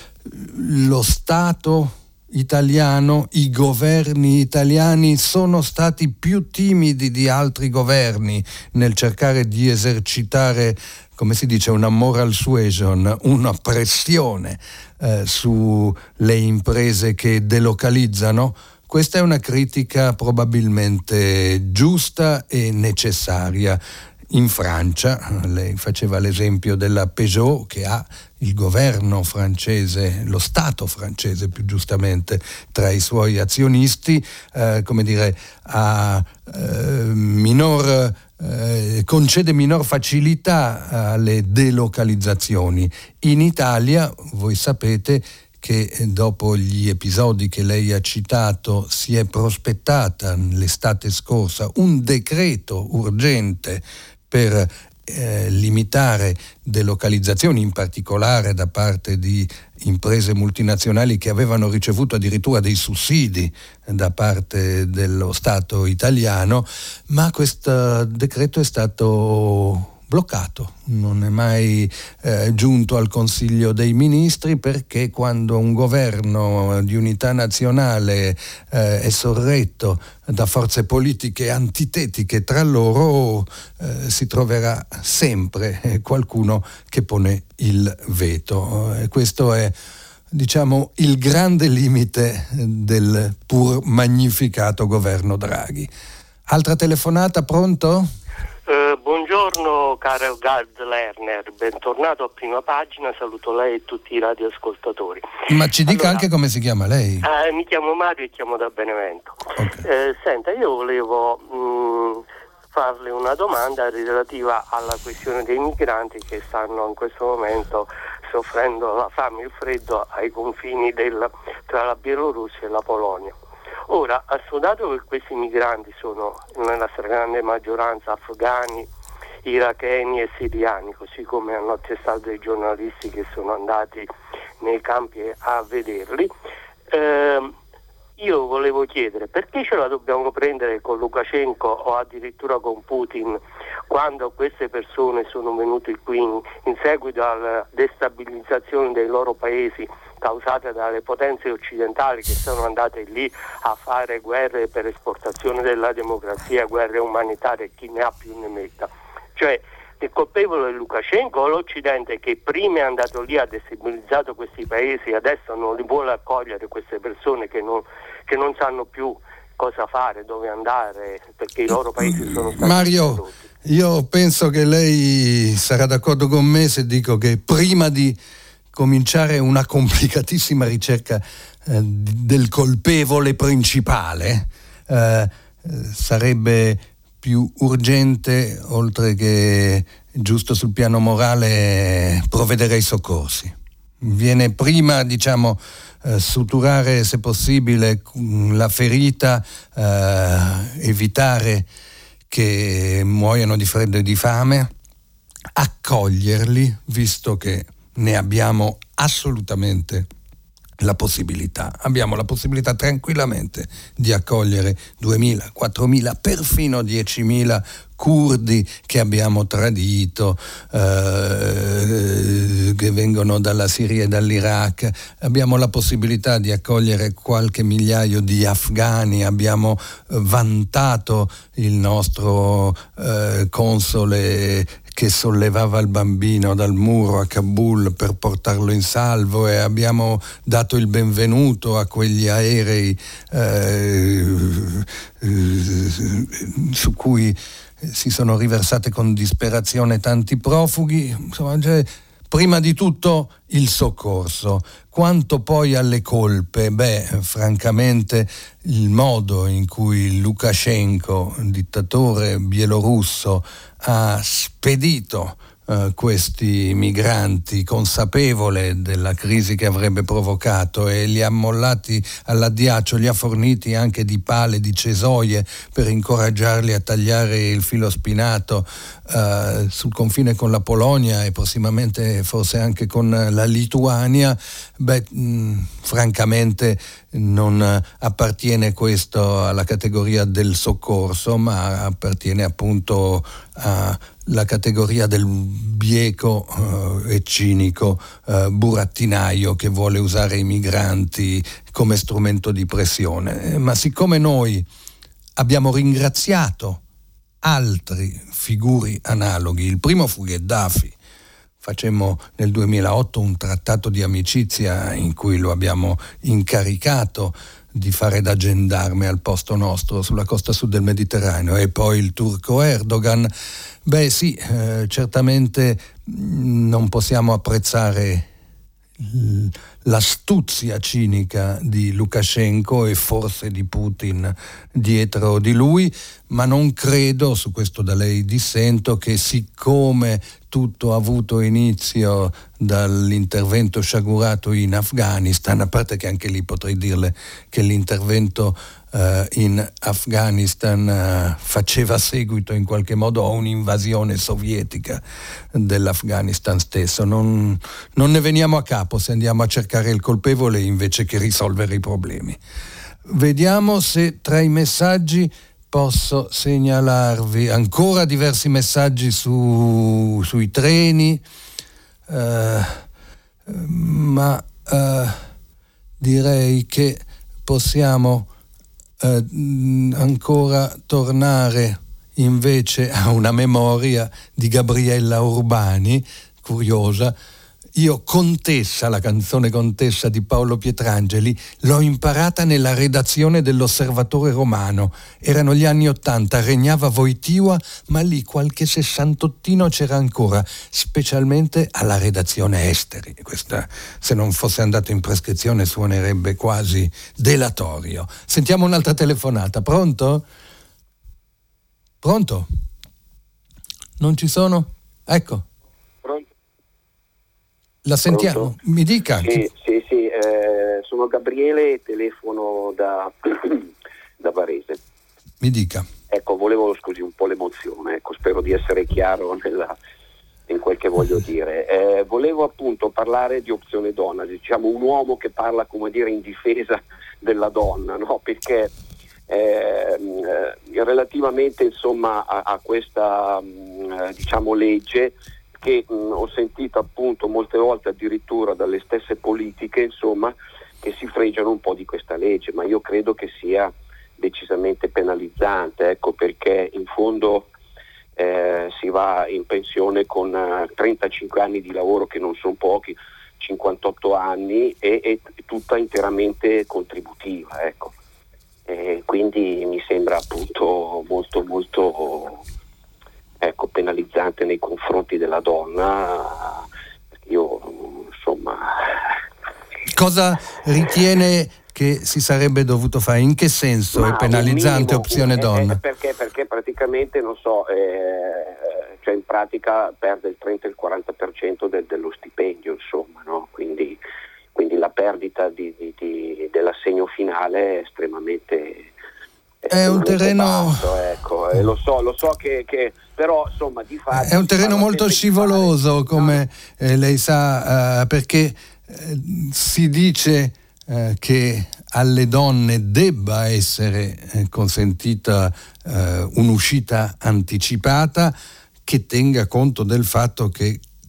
lo Stato italiano, i governi italiani sono stati più timidi di altri governi nel cercare di esercitare, come si dice, una moral suasion, una pressione eh, sulle imprese che delocalizzano. Questa è una critica probabilmente giusta e necessaria. In Francia, lei faceva l'esempio della Peugeot, che ha il governo francese, lo Stato francese più giustamente, tra i suoi azionisti, eh, come dire, ha eh, minor Eh, concede minor facilità alle delocalizzazioni. In Italia, voi sapete che dopo gli episodi che lei ha citato si è prospettata l'estate scorsa un decreto urgente per eh, limitare delocalizzazioni, in particolare da parte di imprese multinazionali che avevano ricevuto addirittura dei sussidi da parte dello Stato italiano, ma questo decreto è stato bloccato, non è mai eh, giunto al Consiglio dei Ministri, perché quando un governo di unità nazionale eh, è sorretto da forze politiche antitetiche tra loro, eh, si troverà sempre eh, qualcuno che pone il veto. Eh, questo è, diciamo, il grande limite del pur magnificato governo Draghi. Altra telefonata, pronto? Uh, buongiorno caro Gad Lerner, bentornato a Prima Pagina, saluto lei e tutti i radioascoltatori. Ma ci dica allora, anche come si chiama lei? Uh, mi chiamo Mario e chiamo da Benevento. Okay. Uh, senta, io volevo mh, farle una domanda relativa alla questione dei migranti che stanno in questo momento soffrendo la fame e il freddo ai confini del, tra la Bielorussia e la Polonia. Ora, dato che questi migranti sono nella stragrande maggioranza afghani, iracheni e siriani, così come hanno attestato i giornalisti che sono andati nei campi a vederli, ehm, io volevo chiedere perché ce la dobbiamo prendere con Lukashenko o addirittura con Putin quando queste persone sono venute qui in, in seguito alla destabilizzazione dei loro paesi causate dalle potenze occidentali che sono andate lì a fare guerre per esportazione della democrazia, guerre umanitarie, chi ne ha più ne metta. Cioè, il colpevole è Lukashenko o l'Occidente che prima è andato lì, ha destabilizzato questi paesi e adesso non li vuole accogliere queste persone che non, che non sanno più cosa fare, dove andare, perché i loro paesi sono stati Mario, distrutti. Io penso che lei sarà d'accordo con me se dico che prima di cominciare una complicatissima ricerca eh, del colpevole principale eh, sarebbe più urgente, oltre che giusto sul piano morale, provvedere ai soccorsi. Viene prima, diciamo, eh, suturare se possibile la ferita, eh, evitare che muoiano di freddo e di fame, accoglierli, visto che ne abbiamo assolutamente la possibilità. Abbiamo la possibilità tranquillamente di accogliere duemila, quattromila, perfino diecimila curdi che abbiamo tradito, eh, che vengono dalla Siria e dall'Iraq, abbiamo la possibilità di accogliere qualche migliaio di afghani, abbiamo vantato il nostro eh, console che sollevava il bambino dal muro a Kabul per portarlo in salvo, e abbiamo dato il benvenuto a quegli aerei eh, eh, su cui si sono riversate con disperazione tanti profughi. Insomma, cioè, prima di tutto il soccorso. Quanto poi alle colpe, beh, francamente il modo in cui Lukashenko, il dittatore bielorusso, ha spedito Uh, questi migranti, consapevole della crisi che avrebbe provocato, e li ha mollati all'addiaccio, li ha forniti anche di pale, di cesoie per incoraggiarli a tagliare il filo spinato uh, sul confine con la Polonia e prossimamente forse anche con la Lituania. Beh, mh, francamente non appartiene questo alla categoria del soccorso, ma appartiene appunto alla categoria del bieco uh, e cinico uh, burattinaio che vuole usare i migranti come strumento di pressione. Ma siccome noi abbiamo ringraziato altri figuri analoghi, il primo fu Gheddafi, facemmo nel duemilaotto un trattato di amicizia in cui lo abbiamo incaricato di fare da gendarme al posto nostro sulla costa sud del Mediterraneo, e poi il turco Erdogan. Beh sì, eh, certamente non possiamo apprezzare l'astuzia cinica di Lukashenko e forse di Putin dietro di lui, ma non credo, su questo da lei dissento, che siccome tutto ha avuto inizio dall'intervento sciagurato in Afghanistan, a parte che anche lì potrei dirle che l'intervento uh, in Afghanistan uh, faceva seguito in qualche modo a un'invasione sovietica dell'Afghanistan stesso. Non, non ne veniamo a capo se andiamo a cercare il colpevole invece che risolvere i problemi. Vediamo se tra i messaggi posso segnalarvi ancora diversi messaggi su, sui treni, uh, ma uh, direi che possiamo uh, ancora tornare invece a una memoria di Gabriella Urbani, curiosa. Io Contessa, la canzone Contessa di Paolo Pietrangeli, l'ho imparata nella redazione dell'Osservatore Romano. Erano gli anni Ottanta, regnava Wojtyła, ma lì qualche sessantottino c'era ancora, specialmente alla redazione esteri. Questa, se non fosse andato in prescrizione, suonerebbe quasi delatorio. Sentiamo un'altra telefonata. Pronto? Pronto? Non ci sono? Ecco. La sentiamo, Pronto? Mi dica. Sì, sì, sì, eh, sono Gabriele e telefono da, da Varese. Mi dica. Ecco, volevo, scusi, un po' l'emozione, ecco, spero di essere chiaro nella, in quel che voglio dire. Eh, volevo appunto parlare di Opzione Donna, diciamo un uomo che parla, come dire, in difesa della donna, no? Perché eh, relativamente insomma a, a questa mh, diciamo legge, che mh, ho sentito appunto molte volte addirittura dalle stesse politiche, insomma, che si fregiano un po' di questa legge, ma io credo che sia decisamente penalizzante, ecco, perché in fondo eh, si va in pensione con uh, trentacinque anni di lavoro, che non sono pochi, cinquantotto anni, e, e tutta interamente contributiva, ecco. E quindi mi sembra appunto molto molto ecco, penalizzante nei confronti della donna. Io insomma. Cosa ritiene che si sarebbe dovuto fare? In che senso Ma è penalizzante minimo, Opzione eh, Donna? Eh, perché, perché praticamente non so, eh, cioè in pratica perde il trenta e il quaranta per cento del, dello stipendio, insomma, no? Quindi, quindi la perdita di, di, di, dell'assegno finale è estremamente. È un terreno basso, ecco, e lo so, lo so che, che però insomma di fatto è un terreno molto scivoloso, come eh, lei sa, eh, perché eh, si dice eh, che alle donne debba essere eh, consentita eh, un'uscita anticipata che tenga conto del fatto che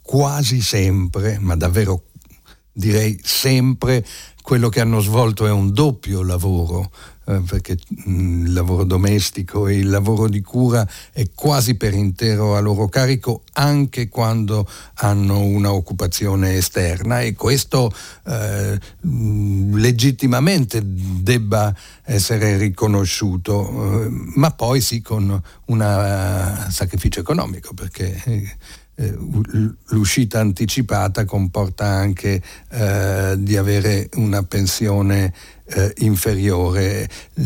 quasi sempre, ma davvero direi sempre, quello che hanno svolto è un doppio lavoro, eh, perché mh, il lavoro domestico e il lavoro di cura è quasi per intero a loro carico, anche quando hanno una occupazione esterna, e questo eh, mh, legittimamente debba essere riconosciuto, eh, ma poi sì con un uh, sacrificio economico, perché eh, l'uscita anticipata comporta anche eh, di avere una pensione eh, inferiore.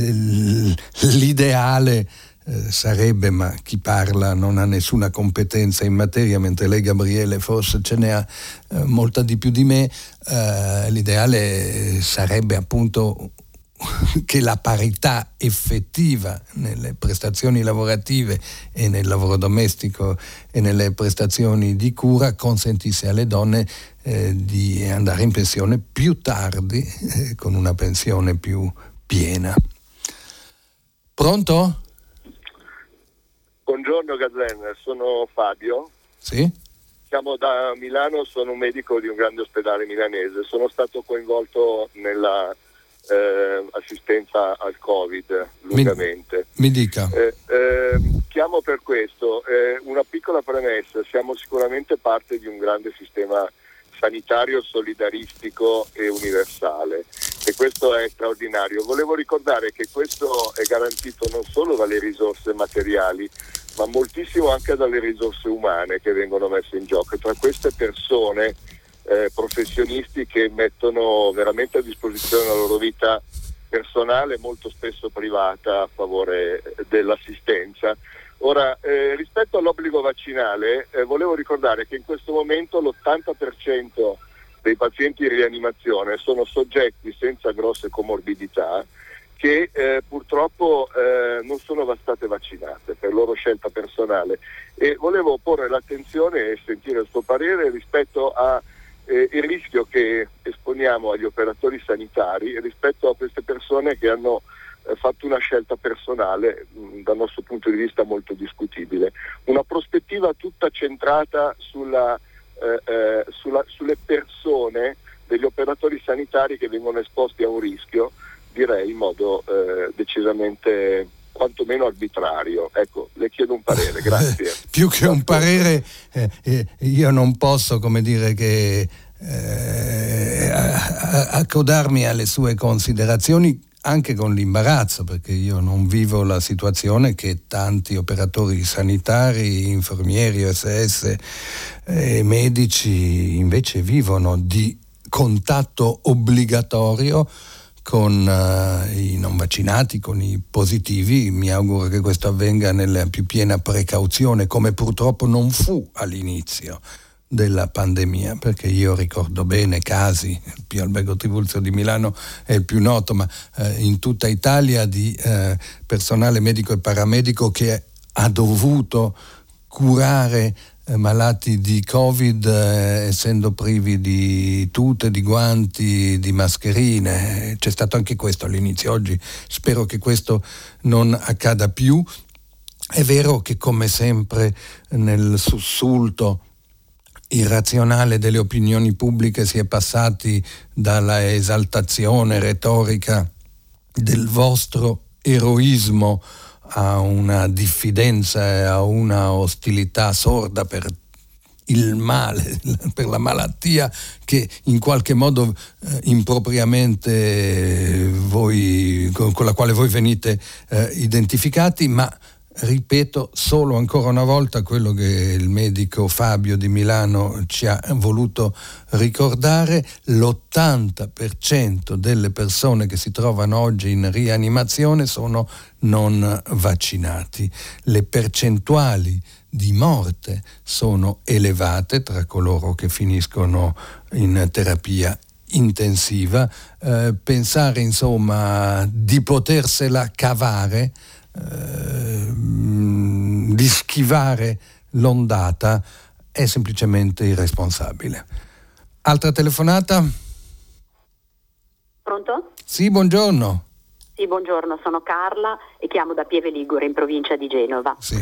L'ideale eh, sarebbe, ma chi parla non ha nessuna competenza in materia, mentre lei, Gabriele, forse ce ne ha eh, molta di più di me, eh, l'ideale sarebbe appunto che la parità effettiva nelle prestazioni lavorative e nel lavoro domestico e nelle prestazioni di cura consentisse alle donne eh, di andare in pensione più tardi, eh, con una pensione più piena. Pronto? Buongiorno Gadlen, sono Fabio. Sì? Siamo da Milano, sono un medico di un grande ospedale milanese. Sono stato coinvolto nella Eh, assistenza al Covid lungamente. Mi, mi dica. Eh, eh, chiamo per questo. Eh, una piccola premessa: siamo sicuramente parte di un grande sistema sanitario solidaristico e universale, e questo è straordinario. Volevo ricordare che questo è garantito non solo dalle risorse materiali, ma moltissimo anche dalle risorse umane che vengono messe in gioco. Tra queste persone Eh, professionisti che mettono veramente a disposizione la loro vita personale, molto spesso privata, a favore dell'assistenza. Ora, eh, rispetto all'obbligo vaccinale, eh, volevo ricordare che in questo momento l'ottanta per cento dei pazienti in rianimazione sono soggetti senza grosse comorbidità che eh, purtroppo eh, non sono state vaccinate per loro scelta personale, e volevo porre l'attenzione e sentire il suo parere rispetto a Eh, il rischio che esponiamo agli operatori sanitari rispetto a queste persone che hanno eh, fatto una scelta personale mh, dal nostro punto di vista molto discutibile. Una prospettiva tutta centrata sulla, eh, eh, sulla, sulle persone degli operatori sanitari che vengono esposti a un rischio, direi in modo eh, decisamente quantomeno arbitrario. Ecco, le chiedo un parere, grazie. Più che un parere, eh, eh, io non posso, come dire, che eh, accodarmi alle sue considerazioni, anche con l'imbarazzo, perché io non vivo la situazione che tanti operatori sanitari, infermieri, O S S e medici invece vivono, di contatto obbligatorio con uh, i non vaccinati, con i positivi. Mi auguro che questo avvenga nella più piena precauzione, come purtroppo non fu all'inizio della pandemia, perché io ricordo bene casi, il Pio Albergo Trivulzio di Milano è il più noto, ma eh, in tutta Italia di eh, personale medico e paramedico che ha dovuto curare malati di Covid eh, essendo privi di tute, di guanti, di mascherine. C'è stato anche questo all'inizio. Oggi spero che questo non accada più. È vero che, come sempre, nel sussulto irrazionale delle opinioni pubbliche si è passati dalla esaltazione retorica del vostro eroismo a una diffidenza e a una ostilità sorda per il male, per la malattia che in qualche modo eh, impropriamente voi, con, con la quale voi venite eh, identificati, ma ripeto solo ancora una volta quello che il medico Fabio di Milano ci ha voluto ricordare: l'ottanta per cento delle persone che si trovano oggi in rianimazione sono non vaccinati. Le percentuali di morte sono elevate tra coloro che finiscono in terapia intensiva. Eh, pensare insomma di potersela cavare, eh, di schivare l'ondata, è semplicemente irresponsabile. Altra telefonata? Pronto? Sì, buongiorno. Sì, buongiorno, sono Carla e chiamo da Pieve Ligure in provincia di Genova. Sì.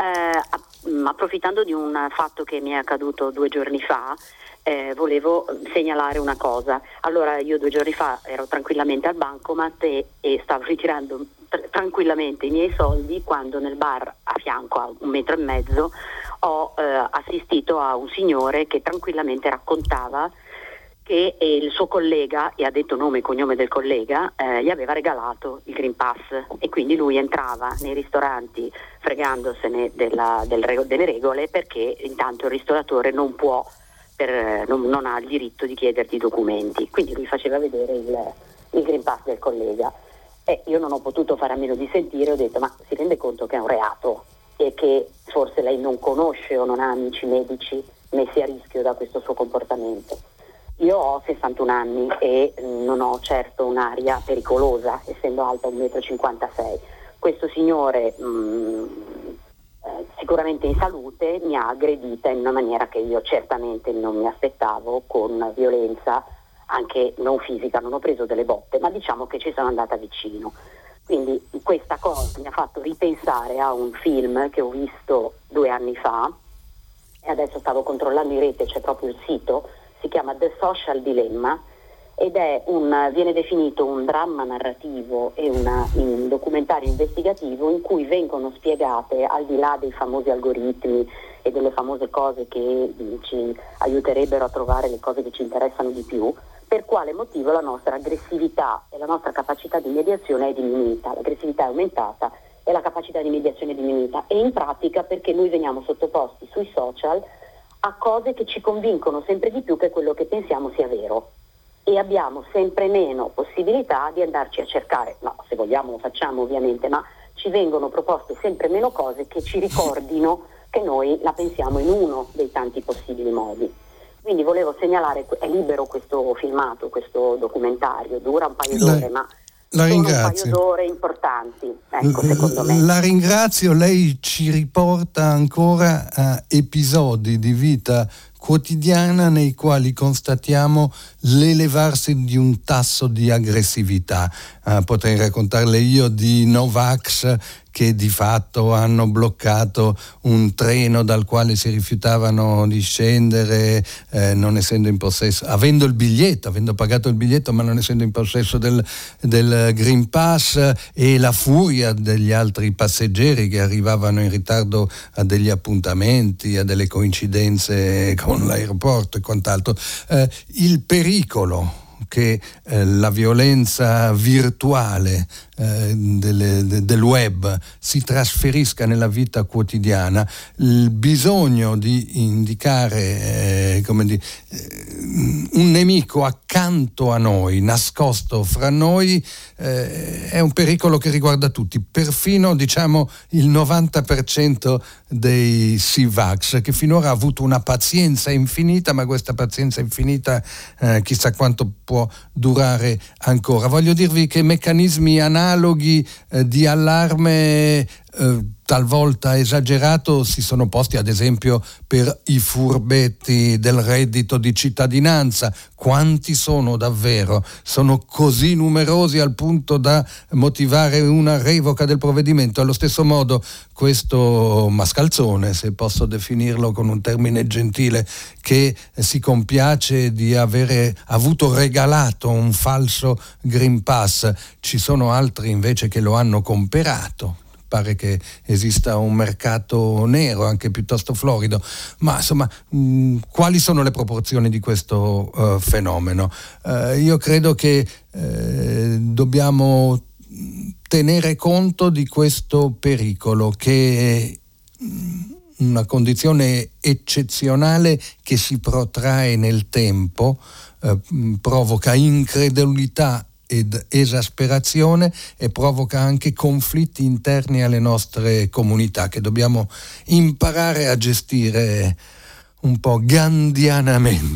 Eh, approfittando di un fatto che mi è accaduto due giorni fa, eh, volevo segnalare una cosa. Allora, io due giorni fa ero tranquillamente al bancomat e, e stavo ritirando tr- tranquillamente i miei soldi quando nel bar a fianco, a un metro e mezzo, ho eh, assistito a un signore che tranquillamente raccontava che il suo collega, e ha detto nome e cognome del collega, eh, gli aveva regalato il Green Pass, e quindi lui entrava nei ristoranti fregandosene della, del, delle regole, perché intanto il ristoratore non può, per, non, non ha il diritto di chiederti i documenti. Quindi lui faceva vedere il, il Green Pass del collega, e io non ho potuto fare a meno di sentire, ho detto: ma si rende conto che è un reato e che forse lei non conosce o non ha amici medici messi a rischio da questo suo comportamento? Io ho sessantuno anni e non ho certo un'aria pericolosa, essendo alta un metro e cinquantasei. Questo signore, mh, eh, sicuramente in salute, mi ha aggredita in una maniera che io certamente non mi aspettavo, con violenza anche non fisica. Non ho preso delle botte, ma diciamo che ci sono andata vicino. Quindi questa cosa mi ha fatto ripensare a un film che ho visto due anni fa, e adesso stavo controllando in rete, c'è proprio il sito. Si chiama The Social Dilemma ed è un, viene definito un dramma narrativo e una, un documentario investigativo in cui vengono spiegate, al di là dei famosi algoritmi e delle famose cose che ci aiuterebbero a trovare le cose che ci interessano di più, per quale motivo la nostra aggressività e la nostra capacità di mediazione è diminuita. L'aggressività è aumentata e la capacità di mediazione è diminuita, e in pratica perché noi veniamo sottoposti sui social a cose che ci convincono sempre di più che quello che pensiamo sia vero, e abbiamo sempre meno possibilità di andarci a cercare, no, se vogliamo lo facciamo ovviamente, ma ci vengono proposte sempre meno cose che ci ricordino che noi la pensiamo in uno dei tanti possibili modi. Quindi volevo segnalare, è libero questo filmato, questo documentario, dura un paio d'ore, ma la sono ringrazio. un paio d'ore importanti, ecco, secondo me. La ringrazio, lei ci riporta ancora a episodi di vita quotidiana nei quali constatiamo l'elevarsi di un tasso di aggressività. Uh, potrei raccontarle io di Novax che di fatto hanno bloccato un treno dal quale si rifiutavano di scendere, eh, non essendo in possesso, avendo il biglietto, avendo pagato il biglietto, ma non essendo in possesso del, del Green Pass, e la furia degli altri passeggeri che arrivavano in ritardo a degli appuntamenti, a delle coincidenze con l'aeroporto e quant'altro. Eh, il pericolo che eh, la violenza virtuale eh, delle, de, del web si trasferisca nella vita quotidiana, il bisogno di indicare eh, come dire, un nemico accanto a noi, nascosto fra noi, eh, è un pericolo che riguarda tutti, perfino diciamo il novanta per cento dei Sivax, che finora ha avuto una pazienza infinita, ma questa pazienza infinita eh, chissà quanto può durare ancora. Voglio dirvi che meccanismi analoghi eh, di allarme eh, talvolta esagerato si sono posti ad esempio per i furbetti del reddito di cittadinanza. Quanti sono davvero? Sono così numerosi al punto da motivare una revoca del provvedimento. Allo stesso modo questo mascalzone, se posso definirlo con un termine gentile, che si compiace di avere avuto regalato un falso Green Pass, ci sono altri invece che lo hanno comperato. Pare che esista un mercato nero anche piuttosto florido, ma insomma mh, quali sono le proporzioni di questo uh, fenomeno? Uh, io credo che uh, dobbiamo tenere conto di questo pericolo, che è una condizione eccezionale che si protrae nel tempo, uh, provoca incredulità ed esasperazione e provoca anche conflitti interni alle nostre comunità, che dobbiamo imparare a gestire un po' gandhianamente,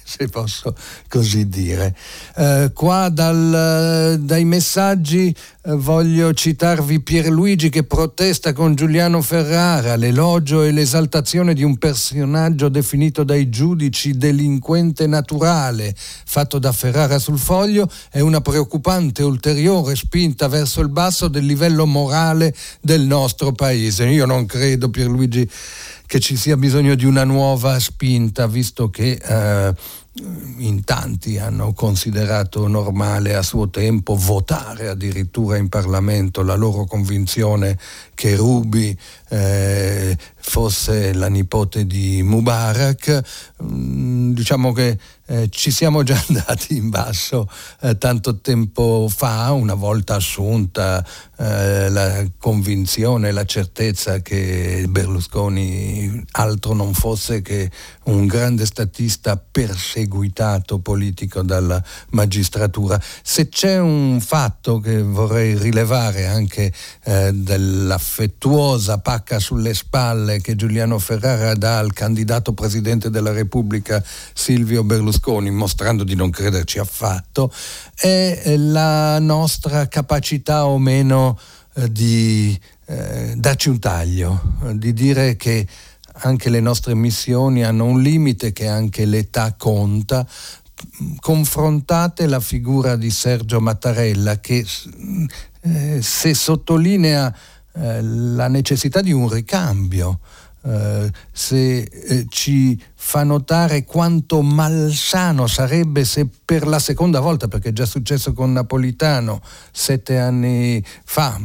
se posso così dire. Eh, qua dal, dai messaggi eh, voglio citarvi Pierluigi che protesta con Giuliano Ferrara: l'elogio e l'esaltazione di un personaggio definito dai giudici delinquente naturale, fatto da Ferrara sul Foglio, è una preoccupante ulteriore spinta verso il basso del livello morale del nostro paese. Io non credo, Pierluigi, che ci sia bisogno di una nuova spinta, visto che eh, in tanti hanno considerato normale a suo tempo votare addirittura in Parlamento la loro convinzione che Ruby eh, fosse la nipote di Mubarak. Mm, diciamo che eh, ci siamo già andati in basso eh, tanto tempo fa, una volta assunta eh, la convinzione, la certezza che Berlusconi altro non fosse che un grande statista perseguitato politico dalla magistratura. Se c'è un fatto che vorrei rilevare anche eh, dell'affettuosa pacca sulle spalle che Giuliano Ferrara dà al candidato presidente della Repubblica Silvio Berlusconi, mostrando di non crederci affatto, è la nostra capacità o meno eh, di eh, darci un taglio, di dire che anche le nostre missioni hanno un limite, che anche l'età conta. Confrontate la figura di Sergio Mattarella, che eh, se sottolinea eh, la necessità di un ricambio, eh, se eh, ci fa notare quanto malsano sarebbe se per la seconda volta, perché è già successo con Napolitano sette anni fa,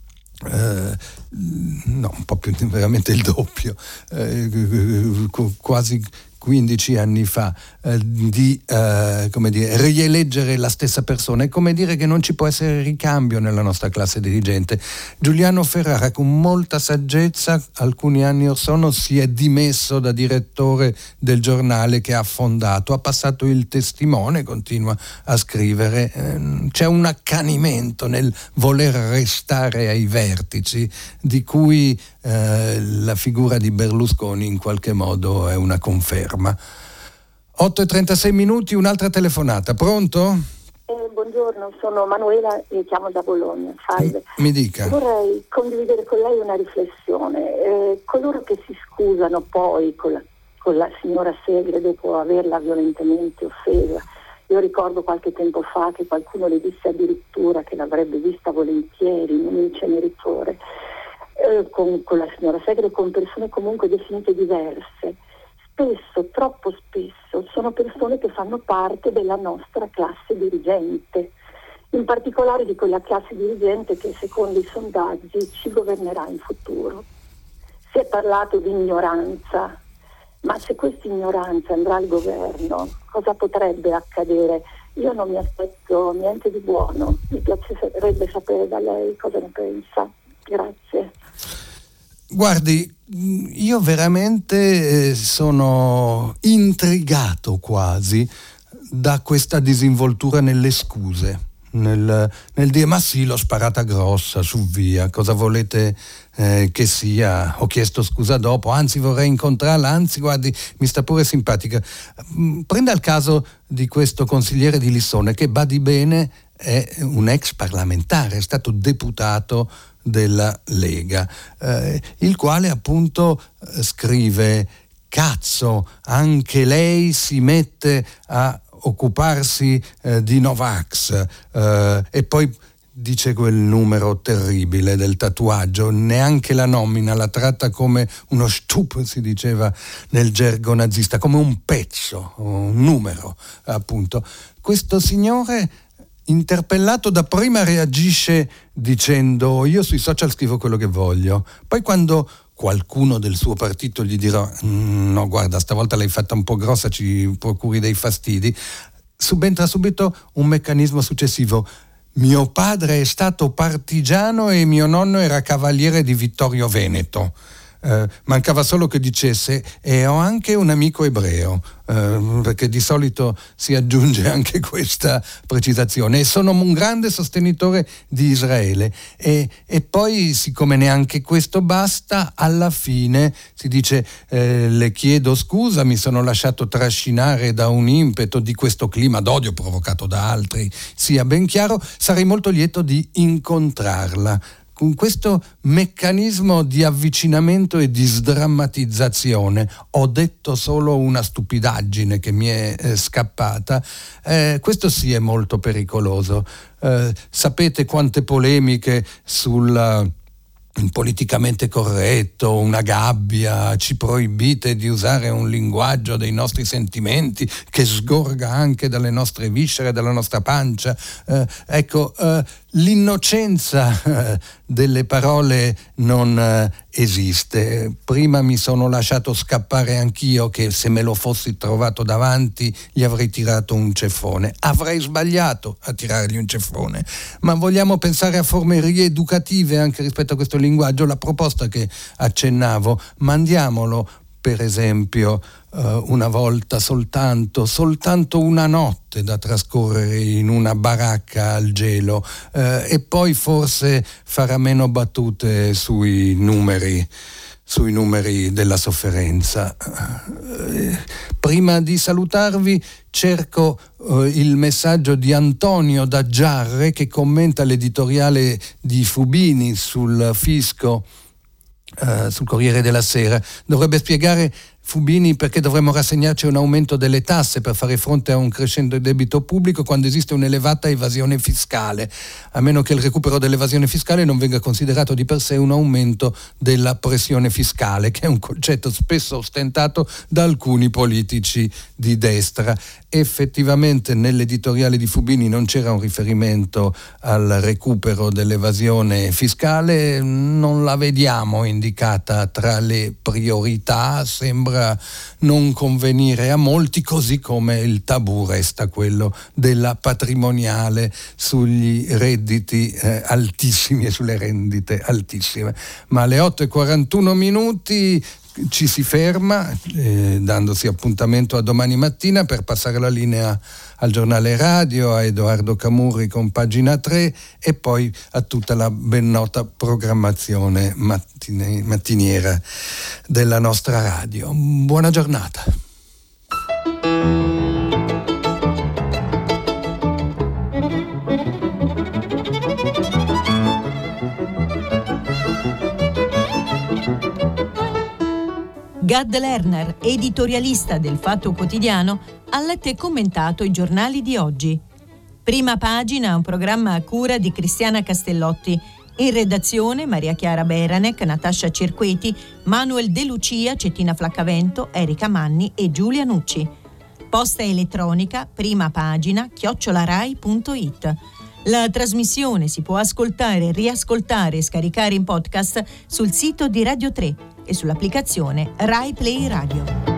Eh, no, un po' più, veramente il doppio, eh, quasi quindici anni fa, eh, di eh, come dire, rieleggere la stessa persona. È come dire che non ci può essere ricambio nella nostra classe dirigente. Giuliano Ferrara, con molta saggezza, alcuni anni or sono si è dimesso da direttore del giornale che ha fondato, ha passato il testimone, continua a scrivere. Eh, c'è un accanimento nel voler restare ai vertici, di cui eh, la figura di Berlusconi in qualche modo è una conferma. otto e trentasei minuti, un'altra telefonata. Pronto? Eh, buongiorno, sono Manuela e chiamo da Bologna. Salve. Mi dica. Vorrei condividere con lei una riflessione. Eh, coloro che si scusano poi con la, con la signora Segre dopo averla violentemente offesa. Io ricordo qualche tempo fa che qualcuno le disse addirittura che l'avrebbe vista volentieri in un inceneritore eh, con, con la signora Segre, con persone comunque definite diverse. Spesso, troppo spesso, sono persone che fanno parte della nostra classe dirigente, in particolare di quella classe dirigente che secondo i sondaggi ci governerà in futuro. Si è parlato di ignoranza, ma se questa ignoranza andrà al governo, cosa potrebbe accadere? Io non mi aspetto niente di buono, mi piacerebbe sapere da lei cosa ne pensa. Grazie. Guardi, io veramente eh, sono intrigato quasi da questa disinvoltura nelle scuse, nel, nel dire ma sì, l'ho sparata grossa, su via, cosa volete eh, che sia, ho chiesto scusa dopo, anzi vorrei incontrarla, anzi guardi, mi sta pure simpatica. Prenda il caso di questo consigliere di Lissone che, badi bene, è un ex parlamentare, è stato deputato della Lega, eh, il quale appunto scrive: cazzo, anche lei si mette a occuparsi eh, di Novax, eh, e poi dice quel numero terribile del tatuaggio, neanche la nomina, la tratta come uno stup, si diceva nel gergo nazista, come un pezzo, un numero appunto. Questo signore, interpellato, dapprima reagisce dicendo io sui social scrivo quello che voglio, poi quando qualcuno del suo partito gli dirà no guarda stavolta l'hai fatta un po' grossa, ci procuri dei fastidi, subentra subito un meccanismo successivo: mio padre è stato partigiano e mio nonno era cavaliere di Vittorio Veneto. Eh, mancava solo che dicesse e ho anche un amico ebreo, eh, perché di solito si aggiunge anche questa precisazione, e sono un grande sostenitore di Israele. E, e poi, siccome neanche questo basta, alla fine si dice eh, le chiedo scusa, mi sono lasciato trascinare da un impeto di questo clima d'odio provocato da altri, sia ben chiaro, sarei molto lieto di incontrarla. Con questo meccanismo di avvicinamento e di sdrammatizzazione, ho detto solo una stupidaggine che mi è eh, scappata, eh, questo sì è molto pericoloso. Eh, sapete quante polemiche sul politicamente corretto, una gabbia, ci proibite di usare un linguaggio dei nostri sentimenti che sgorga anche dalle nostre viscere, dalla nostra pancia. Eh, ecco, eh, l'innocenza eh, delle parole non eh, esiste. Prima mi sono lasciato scappare anch'io che se me lo fossi trovato davanti gli avrei tirato un ceffone. Avrei sbagliato a tirargli un ceffone, ma vogliamo pensare a forme rieducative anche rispetto a questo linguaggio. La proposta che accennavo, mandiamolo per esempio uh, una volta soltanto, soltanto una notte da trascorrere in una baracca al gelo, uh, e poi forse farà meno battute sui numeri, sui numeri della sofferenza. Uh, prima di salutarvi cerco uh, il messaggio di Antonio da Giarre, che commenta l'editoriale di Fubini sul fisco Uh, sul Corriere della Sera. Dovrebbe spiegare Fubini perché dovremmo rassegnarci a un aumento delle tasse per fare fronte a un crescendo debito pubblico quando esiste un'elevata evasione fiscale, a meno che il recupero dell'evasione fiscale non venga considerato di per sé un aumento della pressione fiscale, che è un concetto spesso ostentato da alcuni politici di destra. Effettivamente nell'editoriale di Fubini non c'era un riferimento al recupero dell'evasione fiscale, non la vediamo indicata tra le priorità, sembra non convenire a molti, così come il tabù resta quello della patrimoniale sugli redditi eh, altissimi e sulle rendite altissime. Ma alle otto e quarantuno minuti ci si ferma, eh, dandosi appuntamento a domani mattina per passare la linea al giornale radio, a Edoardo Camurri con Pagina tre e poi a tutta la ben nota programmazione mattine, mattiniera della nostra radio. Buona giornata. Gad Lerner, editorialista del Fatto Quotidiano, ha letto e commentato i giornali di oggi. Prima Pagina, un programma a cura di Cristiana Castellotti. In redazione Maria Chiara Beranec, Natascia Cerqueti, Manuel De Lucia, Cettina Flaccavento, Erika Manni e Giulia Nucci. Posta elettronica prima pagina chiocciolarai punto it. La trasmissione si può ascoltare, riascoltare e scaricare in podcast sul sito di Radio tre e sull'applicazione Rai Play Radio.